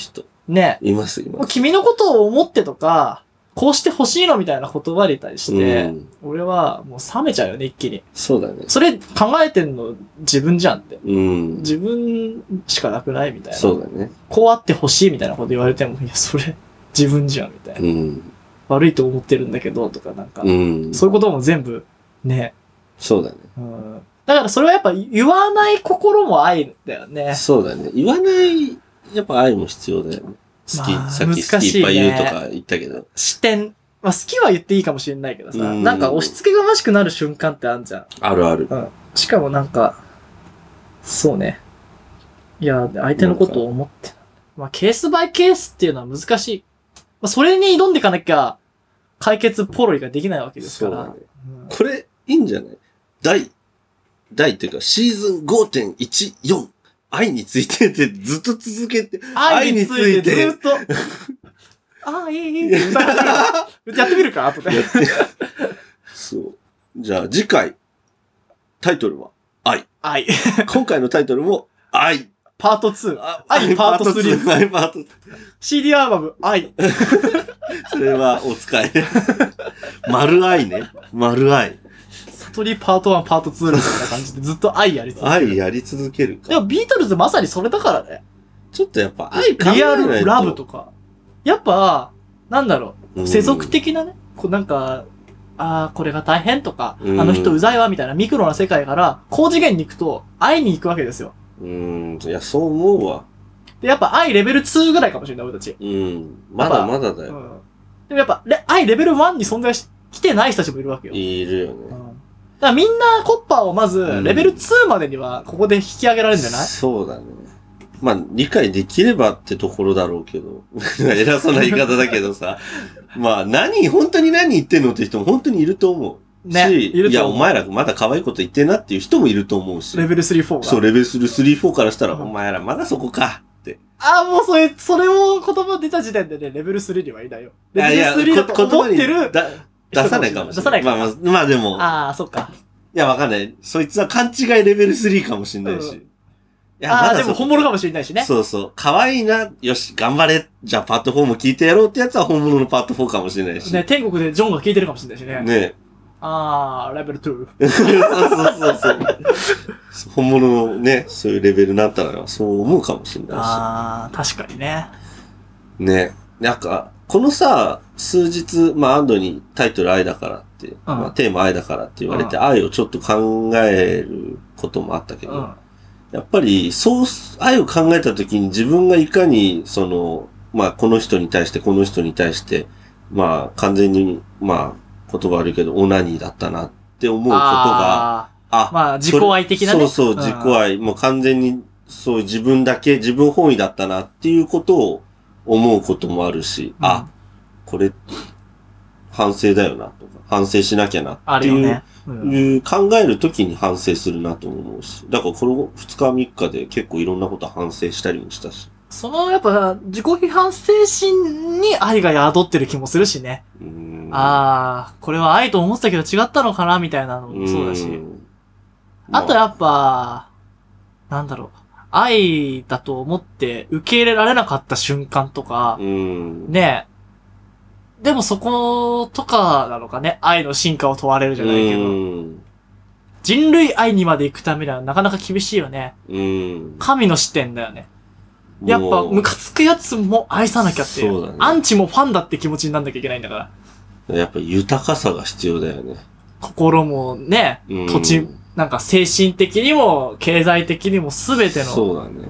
ね。 います、います。 君のことを思ってとか、こうして欲しいのみたいな言葉に対して、うん、俺はもう冷めちゃうよね、一気に。 そうだね。 それ考えてんの自分じゃんって。 うん、 自分しかなくないみたいな。 そうだね。 こうあって欲しいみたいなこと言われても、いや、それ自分じゃんみたいな。うん、悪いと思ってるんだけど、とかなんか、うん、そういうことも全部、ね。 そうだね。 うん、だからそれはやっぱ言わない心も愛だよね。 そうだね。言わない、やっぱ愛も必要だよね。好き、まあ、さっき好きいっぱい言うとか言ったけど。 視点。まあ好きは言っていいかもしれないけどさ、んなんか押し付けがましくなる瞬間ってあるじゃん。 あるある。 うん。しかもなんか、そうね。いや、相手のことを思って。まあケースバイケースっていうのは難しい。まあそれに挑んでいかなきゃ解決ポロリができないわけですから。 そうだね。うん、これ、いいんじゃない大、大っていうかシーズン ごてんいちよん。愛についてってずっと続けて。 愛についてずっと。ああ、いい、いい。やってみるか後で。 そう。じゃあ次回、タイトルは愛。 愛。 今回のタイトルも愛。 パートツー。愛パートスリー。 愛パート。 シーディー アルバム愛。 それはお使い。丸愛ね。丸愛。 悟りパートワン、パートツーみたいな感じでずっと愛やり続ける。 愛やり続けるか。 でもビートルズまさにそれだからね。 ちょっとやっぱ愛考えないと。 リアルラブとか。やっぱ、なんだろう。世俗的なね。こうなんか、ああ、これが大変とか、あの人うざいわみたいなミクロな世界から高次元に行くと愛に行くわけですよ。 うーん。いや、そう思うわ。 で、やっぱ愛レベルツーぐらいかもしれない、俺たち。 うん。まだまだだよ。うん、 でもやっぱ、愛レベルワンに存在し、来てない人たちもいるわけよ。 いるよね。うん、 だからみんなコッパーをまず、レベルツーまでにはここで引き上げられるんじゃない、うん、 そうだね。まあ、理解できればってところだろうけど。偉そうな言い方だけどさ。まあ、何、本当に何言ってんのって人も本当にいると思う。ね。し、いると思う。いや、お前らまだ可愛いこと言ってんなっていう人もいると思うし。 レベルスリー、フォーが。 そう、レベルスリー、フォーからしたら、うん、お前らまだそこかって。 ああ、もうそれ、それを言葉出た時点でね、レベルスリーにはいないよ。レベルスリーだと思ってる。 だ出さないかもしれない。出さないかも。まあまあ、まあでも。 ああ、そっか。 いや、わかんない。そいつは勘違いレベルスリーかもしれないし。うん、 いや、ああ、でも本物かもしれないしね。 そうそう。可愛いな。よし、頑張れ。じゃあパートフォーも聞いてやろうってやつは本物のパートフォーかもしれないし。 ね、天国でジョンが聞いてるかもしれないしね。 ね。 ああ、レベルツー。そうそうそうそう。本物のね、そういうレベルになったらそう思うかもしれないし。 ああ、確かにね。 ね。なんか、このさ、数日、まあ、アンドにタイトル愛だからって、うん、まあ、テーマ愛だからって言われて、うん、愛をちょっと考えることもあったけど、うん、やっぱり、そう、愛を考えたときに自分がいかに、その、まあ、この人に対して、この人に対して、まあ、完全に、まあ、言葉悪いけど、オナニーだったなって思うことが、ああ、まあ、自己愛的なね。 そうそう、自己愛、もう完全に、そう、自分だけ、自分本位だったなっていうことを思うこともあるし、うん、あ、これ、反省だよな、とか、反省しなきゃな、っていう、ねうん、考えるときに反省するなと思うし、だからこのふつかみっかで結構いろんなこと反省したりもしたし。 その、やっぱ、自己批判精神に愛が宿ってる気もするしね。うんああ、これは愛と思ってたけど違ったのかな、みたいなのもそうだし。あとやっぱ、なんだろう。愛だと思って受け入れられなかった瞬間とか、ねえ。でもそことかなのかね、愛の進化を問われるじゃないけど。人類愛にまで行くためにはなかなか厳しいよね。神の視点だよね。やっぱ、ムカつくやつも愛さなきゃっていう。そうだね。アンチもファンだって気持ちになんなきゃいけないんだから。 やっぱ豊かさが必要だよね。 心もね、土地、なんか精神的にも経済的にもすべての。 そうだね。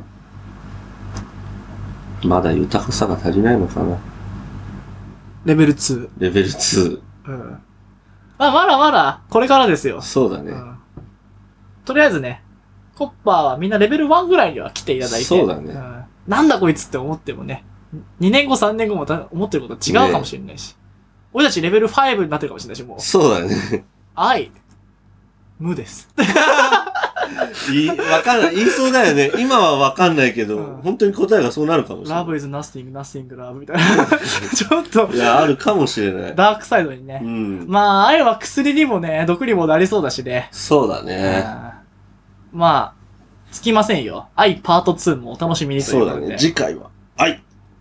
まだ豊かさが足りないのかな。 レベルツー。レベルツー。うん。まあ、まだまだ、これからですよ。 そうだね。うん、 とりあえずね、コッパーはみんなレベルワンぐらいには来ていただいて。 そうだね。 うんなんだこいつって思ってもね、にねんごさんねんごも思ってることは違うかもしれないし。ね、俺たちレベルファイブになってるかもしれないし、もう。 そうだね。 愛、無です。 いわかんない。言いそうだよね。今はわかんないけど、うん、本当に答えがそうなるかもしれない。 Love is nothing, nothing love みたいな。ちょっと。 いや、あるかもしれない。 ダークサイドにね。うん、まあ、愛は薬にもね、毒にもなりそうだしね。 そうだね。 うん、まあ、つきませんよ。愛パートツーもお楽しみにということで。 そうだね。次回は愛。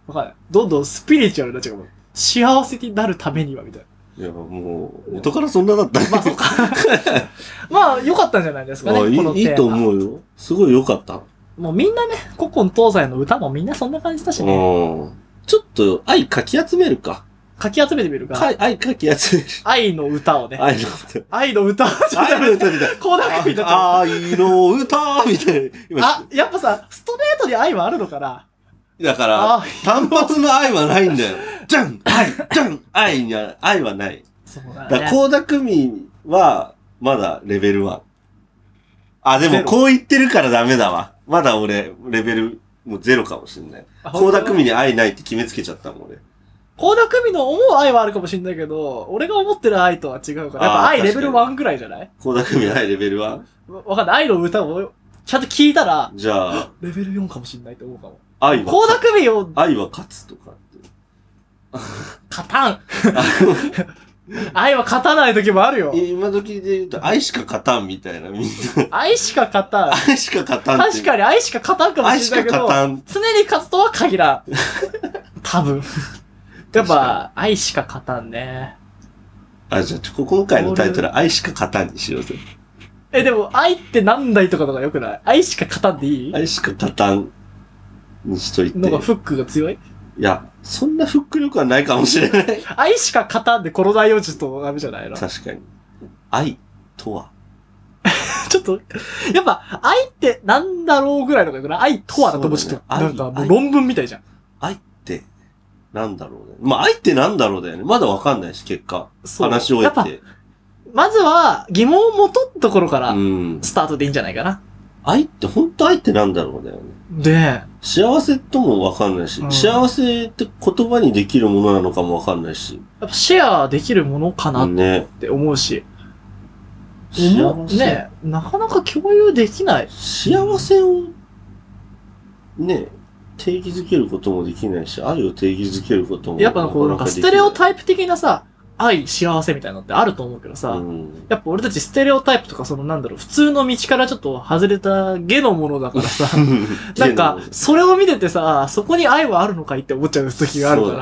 わかんない。どんどんスピリチュアルになっちゃうかも。幸せになるためには、みたいな。 いや、もう、元からそんなだったね。 まあ、そっか。まあ、良かったんじゃないですかね、 あいいこのテーマ。 いいと思うよ。すごい良かった。 もうみんなね、古今東西の歌もみんなそんな感じだしね。 うん。ちょっと愛かき集めるか。 かき集めてみるか。 愛かき集める。 愛の歌をね。 愛の歌。 愛の歌。 愛の歌みたいな。 こうなってみた。 愛の歌みたいな。 あ、やっぱさ、ストレートに愛はあるのかな。 だから、単発の愛はないんだよ。じゃん愛じゃん愛には、愛はない。 そうだね。 だから、倖田來未は、まだレベルワン。あ、でもこう言ってるからダメだわ。まだ俺、レベル、もうゼロかもしんない。倖田來未に愛ないって決めつけちゃったもん、俺。 倖田來未の思う愛はあるかもしんないけど、俺が思ってる愛とは違うから。やっぱ愛レベルワンぐらいじゃない？ 倖田來未愛レベルワン？ わかんない。愛の歌をちゃんと聞いたら、 じゃあ、 レベルよんかもしんないと思うかも。 愛は、 倖田來未を、 愛は勝つとかって。 勝たん。愛は勝たない時もあるよ。 今時で言うと、愛しか勝たんみたいな、みんな。 愛しか勝たん。 愛しか勝たん。 確かに愛しか勝たんかもしれないけど、 愛しか勝たん。 常に勝つとは限らん。多分。やっぱ、愛しか勝たんね。 あ、じゃあ、今回のタイトル、愛しか勝たんにしようぜ。 え、でも、愛って何だいとかとかよくない？愛しか勝たんでいい？ 愛しか勝たんにしといて。 のがフックが強い？ いや、そんなフック力はないかもしれない。 愛しか勝たんで殺ないよちょっとダメじゃないの？ 確かに。愛とはちょっと、やっぱ、愛ってなんだろうぐらいのかな？愛とはだと思うちょっと、なんかもう論文みたいじゃん。 愛ってなんだろうね。まあ、愛ってなんだろうだよね。まだわかんないし、結果。話を終えて。 まずは、疑問を持とったところから、 うん。 スタートでいいんじゃないかな。 愛って、本当愛ってなんだろうだよね。 で、 幸せともわかんないし、うん、幸せって言葉にできるものなのかもわかんないし。 やっぱシェアできるものかなって思うし。ね。幸せね、なかなか共有できない。 幸せを、ね、定義づけることもできないし、愛を定義づけることもやっぱこう、なんかステレオタイプ的なさ、愛、幸せみたいなのってあると思うけどさ、うん、やっぱ俺たちステレオタイプとかそのなんだろう、普通の道からちょっと外れた下のものだからさ、なんか、それを見ててさ、そこに愛はあるのかいって思っちゃう時があるから、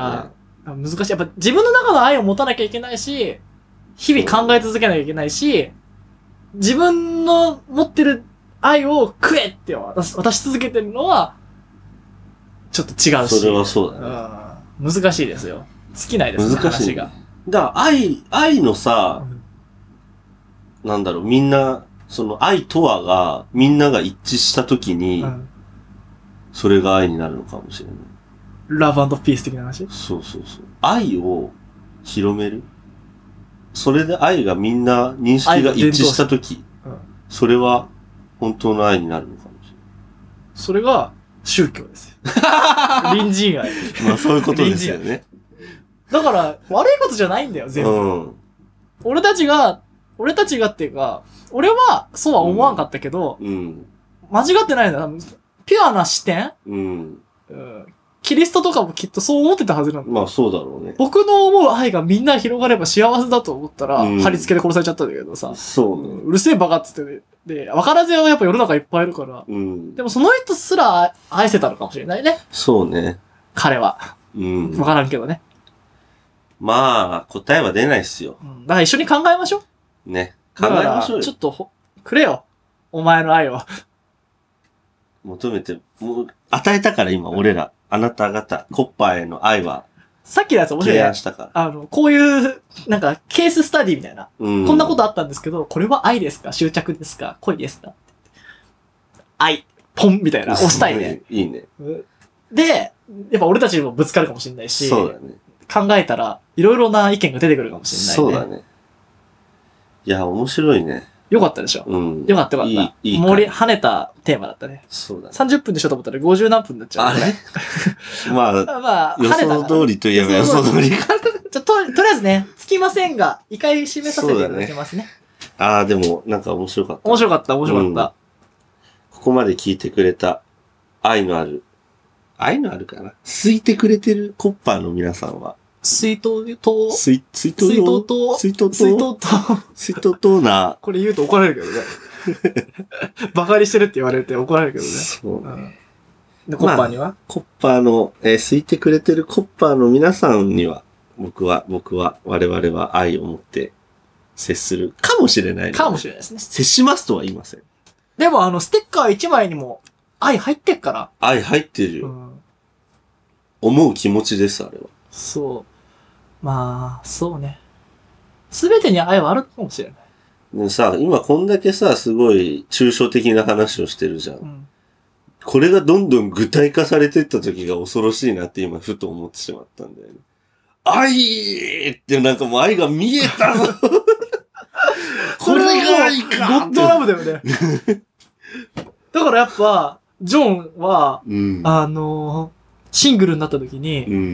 ね、難しい。やっぱ自分の中の愛を持たなきゃいけないし、日々考え続けなきゃいけないし、自分の持ってる愛を食えって渡し、渡し続けてるのは、ちょっと違うし。 それはそうだね。 うん、難しいですよ。尽きないですね、 難しい話が。 だから愛、愛のさ、うん、なんだろう、みんな、その愛とはが、みんなが一致したときに、うん、それが愛になるのかもしれない。 ラブ&ピース的な話？ そうそうそう。愛を広める。それで愛がみんな認識が一致したとき、うん、それは本当の愛になるのかもしれない。 それが宗教ですよ。隣人愛。 まあそういうことですよね。 だから、悪いことじゃないんだよ、全部。うん、俺たちが、俺たちがっていうか、俺はそうは思わんかったけど、うんうん、間違ってないんだ。ピュアな視点、うんうん、キリストとかもきっとそう思ってたはずなんだ。 まあそうだろうね。 僕の思う愛がみんな広がれば幸せだと思ったら、うん、貼り付けで殺されちゃったんだけどさ。 そうね。 うるせえバカっつってね。で、分からずやはやっぱ世の中いっぱいいるから。うん、でもその人すら愛せたのかもしれないね。 そうね。 彼は。うん。分からんけどね。 まあ、答えは出ないっすよ。 うん、だから一緒に考えましょう。ね。考えましょうよ。 ちょっとほ、くれよ。お前の愛を。 求めて、もう、与えたから今、俺ら。あなた方、コッパーへの愛は。 さっきのやつ面白い。 提案したから。 あの、こういう、なんか、ケーススタディみたいな。うん、こんなことあったんですけど、これは愛ですか？執着ですか？恋ですか？愛。ポンみたいな。押したいね。 いいね。 で、やっぱ俺たちにもぶつかるかもしれないし。 そうだね。 考えたら、いろいろな意見が出てくるかもしれないね。 そうだね。いや、面白いね。 よかったでしょ？うん。よかったよかった。いい、いい。盛り、跳ねたテーマだったね。 そうだね。 さんじゅっぷんでしょと思ったらごじゅう何分になっちゃう、ね。あれまあ、まあ、予想通りといえば予想通り。 じゃと、とりあえずね、つきませんが、一回締めさせていただきますね。ねああ、でも、なんか面白かった。 面白かった、面白かった、うん。ここまで聞いてくれた、愛のある、愛のあるかな？好いてくれてるコッパーの皆さんは、 水筒と、 水、水筒水筒と、 水筒と、 水筒と、 水筒とな。 これ言うと怒られるけどね。バカにしてるって言われて怒られるけどね。そうね。うん、 で、コッパーには、まあ、 コッパーの、えー、空いてくれてるコッパーの皆さんには、僕は、僕は、我々は愛を持って接するかもしれない、ね。 かもしれないですね。 接しますとは言いません。 でもあの、ステッカーいちまいにも愛入ってっから。 愛入ってるよ。うん、思う気持ちです、あれは。 そう。まあ、そうね。すべてに愛はあるかもしれない。 でさ、今こんだけさ、すごい抽象的な話をしてるじゃん。うん、これがどんどん具体化されていった時が恐ろしいなって今ふと思ってしまったんだよね。愛ってなんかもう愛が見えたぞこれが愛かゴッドラブだよね。だからやっぱ、ジョンは、うん、あのー、シングルになった時に、うん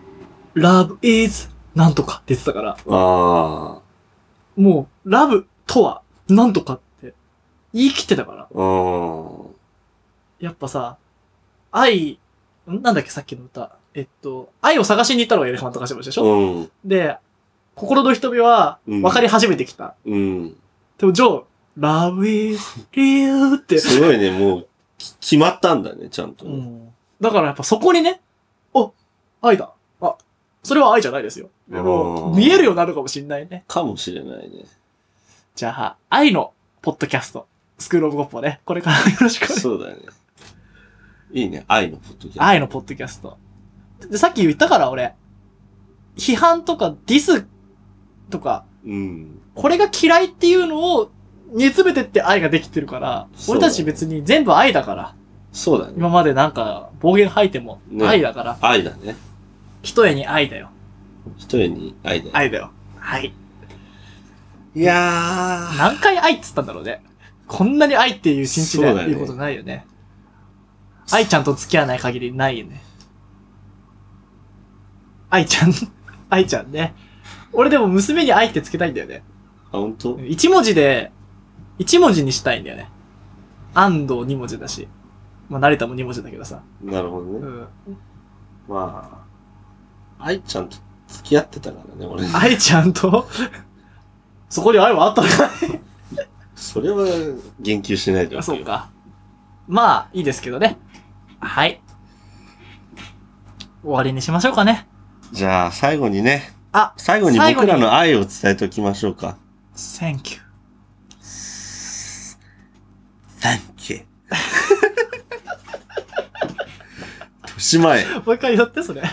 、Love is なんとかって言ってたから。あもう、ラブとはなんとかって言い切ってたから。あやっぱさ、愛、なんだっけさっきの歌。えっと、愛を探しに行ったのがエレファントカシマシでしょ、うん、で、心の瞳は分かり始めてきた。うん、でもジョー、Love is real って。 すごいね、もう、決まったんだね、ちゃんと、ねうん。 だからやっぱそこにね、お、愛だ。あ、それは愛じゃないですよ。でも、見えるようになるかもしれないね。 かもしれないね。 じゃあ、愛のポッドキャスト、スクールオブゴッポね、これからよろしくお願いします。 そうだよね。いいね、愛のポッドキャスト。 愛のポッドキャスト。で、さっき言ったから俺、批判とかディスとか、うん、これが嫌いっていうのを煮詰めてって愛ができてるから、俺たち別に全部愛だから。 そうだね。 今までなんか暴言吐いても愛だから。ね、 愛だね。 一重に愛だよ。 一重に愛だよ。 愛だよ。はい。 いやー。 何回愛っつったんだろうね。こんなに愛っていう新地で言うことないよね。愛ちゃんと付き合わない限りないよね。愛ちゃん、愛ちゃんね。俺でも娘に愛ってつけたいんだよね。 あ、ほんと？ 一文字で、一文字にしたいんだよね。安藤二文字だし。まあ、成田も二文字だけどさ。 なるほどね。うん、まあ、愛ちゃんと付き合ってたからね、俺。 愛ちゃんとそこに愛はあったのかいそれは言及しないでおくよ。 そうか。まあ、いいですけどね。はい。終わりにしましょうかね。 じゃあ、最後にね。あ、最後に僕らの愛を伝えておきましょうか。 Thank you. Thank you. 年前。 もう一回やって、それ。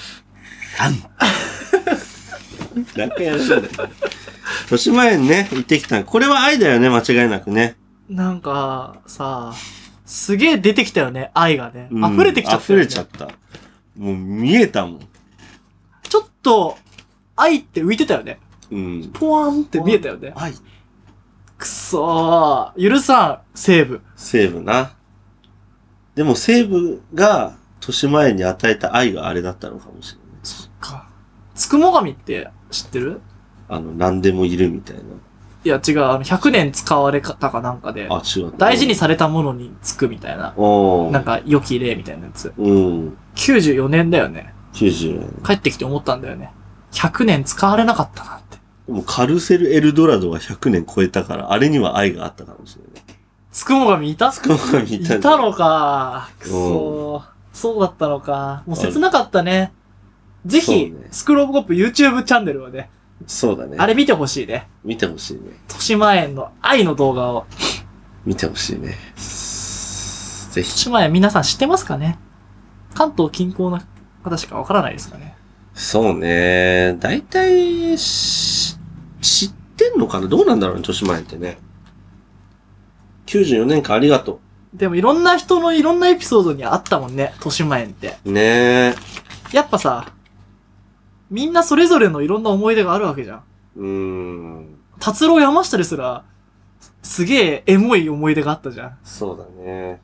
何回やるんだよ。年前にね、行ってきた。これは愛だよね、間違いなくね。 なんか、さ、すげえ出てきたよね、愛がね。うん、溢れてきちゃった、ね。 溢れちゃった。もう見えたもん。 ちょっと、愛って浮いてたよね。うん。ポワンって見えたよね。 愛。 くそー。許さん、西武。 西武な。でも西武が、年前に与えた愛があれだったのかもしれない。 そっか。つくも神って知ってる？ あの、何でもいるみたいな。 いや違う、あの、ひゃくねん使われたかなんかで。 あ、違う。 大事にされたものにつくみたいな。なんか、良き例みたいなやつ。うん。きゅうじゅうよねんだよね。 きゅうじゅうよねん。 帰ってきて思ったんだよね。ひゃくねん使われなかったなって。 でもカルセル・エルドラドはひゃくねん超えたから、あれには愛があったかもしれない。 つくも神いたつくも神いた。 いたのか。くそー。そうだったのか。もう切なかったね。ぜひ、ね、スクールオブゴップ YouTube チャンネルをね。 そうだね。 あれ見てほしいね。 見てほしいね。 豊島園の愛の動画を。 見てほしいね。ぜひ。 豊島園皆さん知ってますかね？関東近郊の方しかわからないですかね。 そうね。だいたい、知ってんのかな？どうなんだろうね、豊島園ってね。きゅうじゅうよねんかんありがとう。でもいろんな人のいろんなエピソードにあったもんね、豊島園って。 ねえ。 やっぱさ、みんなそれぞれのいろんな思い出があるわけじゃん。うーん。達郎山下ですら、すげえエモい思い出があったじゃん。 そうだね。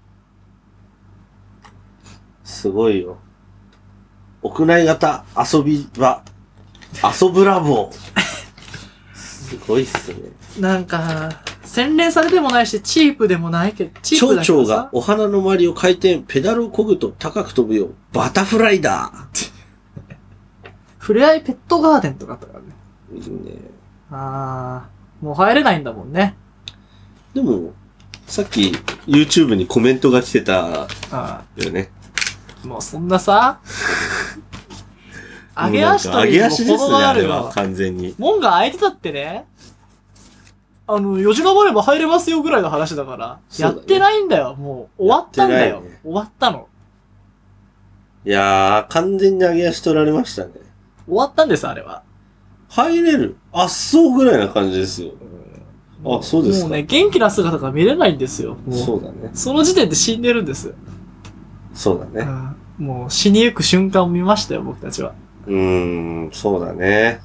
すごいよ。屋内型遊び場、遊ぶラボ。すごいっすね。 なんか、洗練されてもないし、チープでもないけど、チープだけどさ。 蝶々がお花の周りを回転、ペダルを漕ぐと高く飛ぶよ。バタフライだ。 ふれあいペットガーデンとかあったからね。 いいね。 あー、もう入れないんだもんね。 でも、さっき YouTube にコメントが来てたよね。 もうそんなさ、揚げ足というほどがあるよ。 完全に。 門が開いてたってね、あの、よじ登れば入れますよぐらいの話だから、やってないんだよ。もう、終わったんだよ。ね、終わったの。 いやー、完全に揚げ足取られましたね。 終わったんです、あれは。 入れる。あ、そうぐらいな感じですよ。あ、そうですか。 もうね、元気な姿が見れないんですよ。もうそうだね。 その時点で死んでるんです。 そうだね。 うん、もう死にゆく瞬間を見ましたよ、僕たちは。 うーん、そうだね。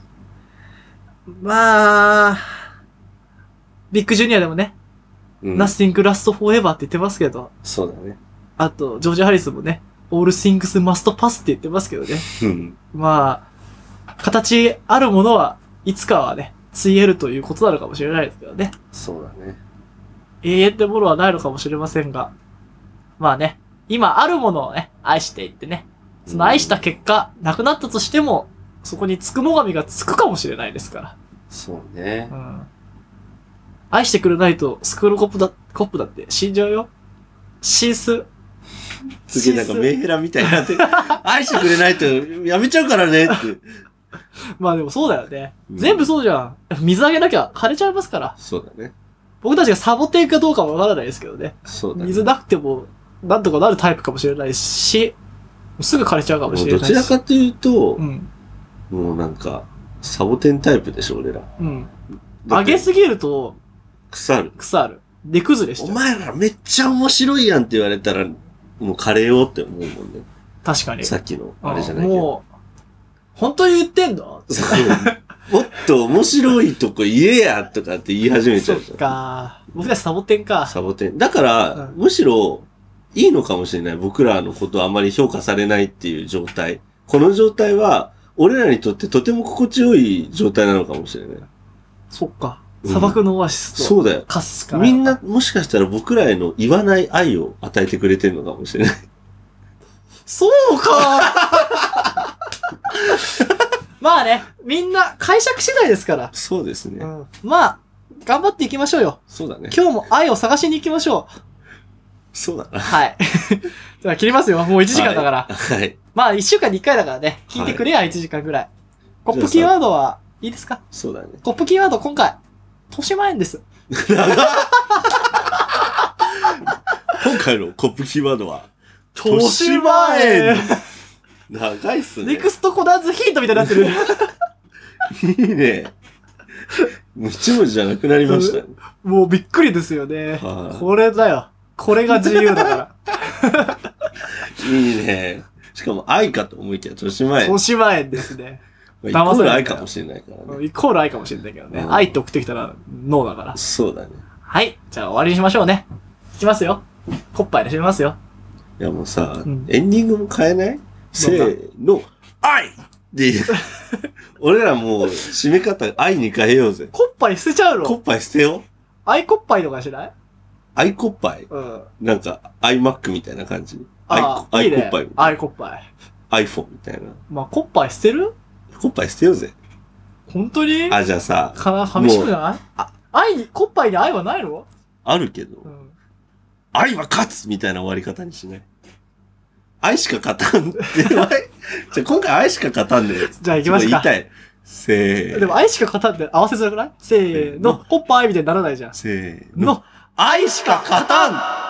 まあ、ビッグジュニアでもね、 うん、 Nothing Lasts Forever って言ってますけど。 そうだね。 あと、ジョージ・ハリスもね、All Things Must Pass って言ってますけどね。まあ、形あるものはいつかはね、ついえるということなのかもしれないですけどね。 そうだね。 永遠ってものはないのかもしれませんが。まあね、今あるものをね、愛していってね。その愛した結果、うん、なくなったとしても、そこにつくもがみがつくかもしれないですから。 そうね。 うん。愛してくれないと、スクールコップだ、コップだって死んじゃうよ。死んす。 すげえなんかメンヘラみたいになって、愛してくれないとやめちゃうからねって。 まあでもそうだよね。うん、全部そうじゃん。水あげなきゃ枯れちゃいますから。 そうだね。 僕たちがサボテンかどうかもわからないですけどね。 そうだね。 水なくても、なんとかなるタイプかもしれないし、すぐ枯れちゃうかもしれないし。 どちらかというと、 うん、 もうなんか、サボテンタイプでしょ、俺ら。 うん。あげすぎると、 腐る。 腐る。で崩れしちゃう。 お前らめっちゃ面白いやんって言われたら、もう枯れようって思うもんね。 確かに。 さっきの、あれじゃないけど。 もう、本当に言ってんのもっと面白いとこ言えやとかって言い始めちゃうじゃん。 そっか。僕たちサボテンか。 サボテン。だから、うん、むしろ、いいのかもしれない。僕らのことをあまり評価されないっていう状態。この状態は、俺らにとってとても心地よい状態なのかもしれない。 そっか。砂漠のオアシスと、 そうだよ。 カスか。 みんな、もしかしたら僕らへの言わない愛を与えてくれてるのかもしれない。 そうかまあね、みんな解釈次第ですから。 そうですね。 うん、まあ、頑張っていきましょうよ。 そうだね。 今日も愛を探しに行きましょう。 そうだな。 はい。じゃあ切りますよ。もういちじかんだから。 はい。はい、 まあいっしゅうかんにいっかいだからね。聞いてくれや、はい、いちじかんぐらい。コップキーワードはいいですか？ そうだね。 コップキーワード今回、豊島園です。 今回のコップキーワードは、 豊島園長いっすね。 ネクストコナンズヒントみたいになってる。 いいね。もう一文字じゃなくなりましたね。 もうびっくりですよね。 はあ、 これだよ。これが自由だから。 いいね。しかも愛かと思いきや豊島園。 豊島園ですね。 まあ、イコール愛かもしれないからね。 イコール愛かもしれないけどね。うん、愛って送ってきたらノーだから。 そうだね。 はい。じゃあ終わりにしましょうね。いきますよ。コッパイで締めますよ。 いやもうさ、うん、エンディングも変えないせーの、愛で、俺らもう締め方愛に変えようぜ。 コッパイ捨てちゃうの？ コッパイ捨てよう。 アイコッパイとかしない？ アイコッパイ、 うん、 なんか、iMac みたいな感じ。 ああ、 アイコッパイ。 アイコッパイ。iPhone みたいな。 まあ、コッパイ捨てる？ コッパイ捨てようぜ。 本当に？ あ、じゃあさ。 かな、寂しくない？あ、愛に、コッパイに愛はないの？ あるけど。うん、愛は勝つみたいな終わり方にしない。愛しか勝たんって。じゃあ今回愛しか勝たんで。 じゃあ行きますか。 言いたい。せー。 でも愛しか勝たんって合わせづらくない？せーの。コッパイみたいにならないじゃん。 せーの。愛しか勝たん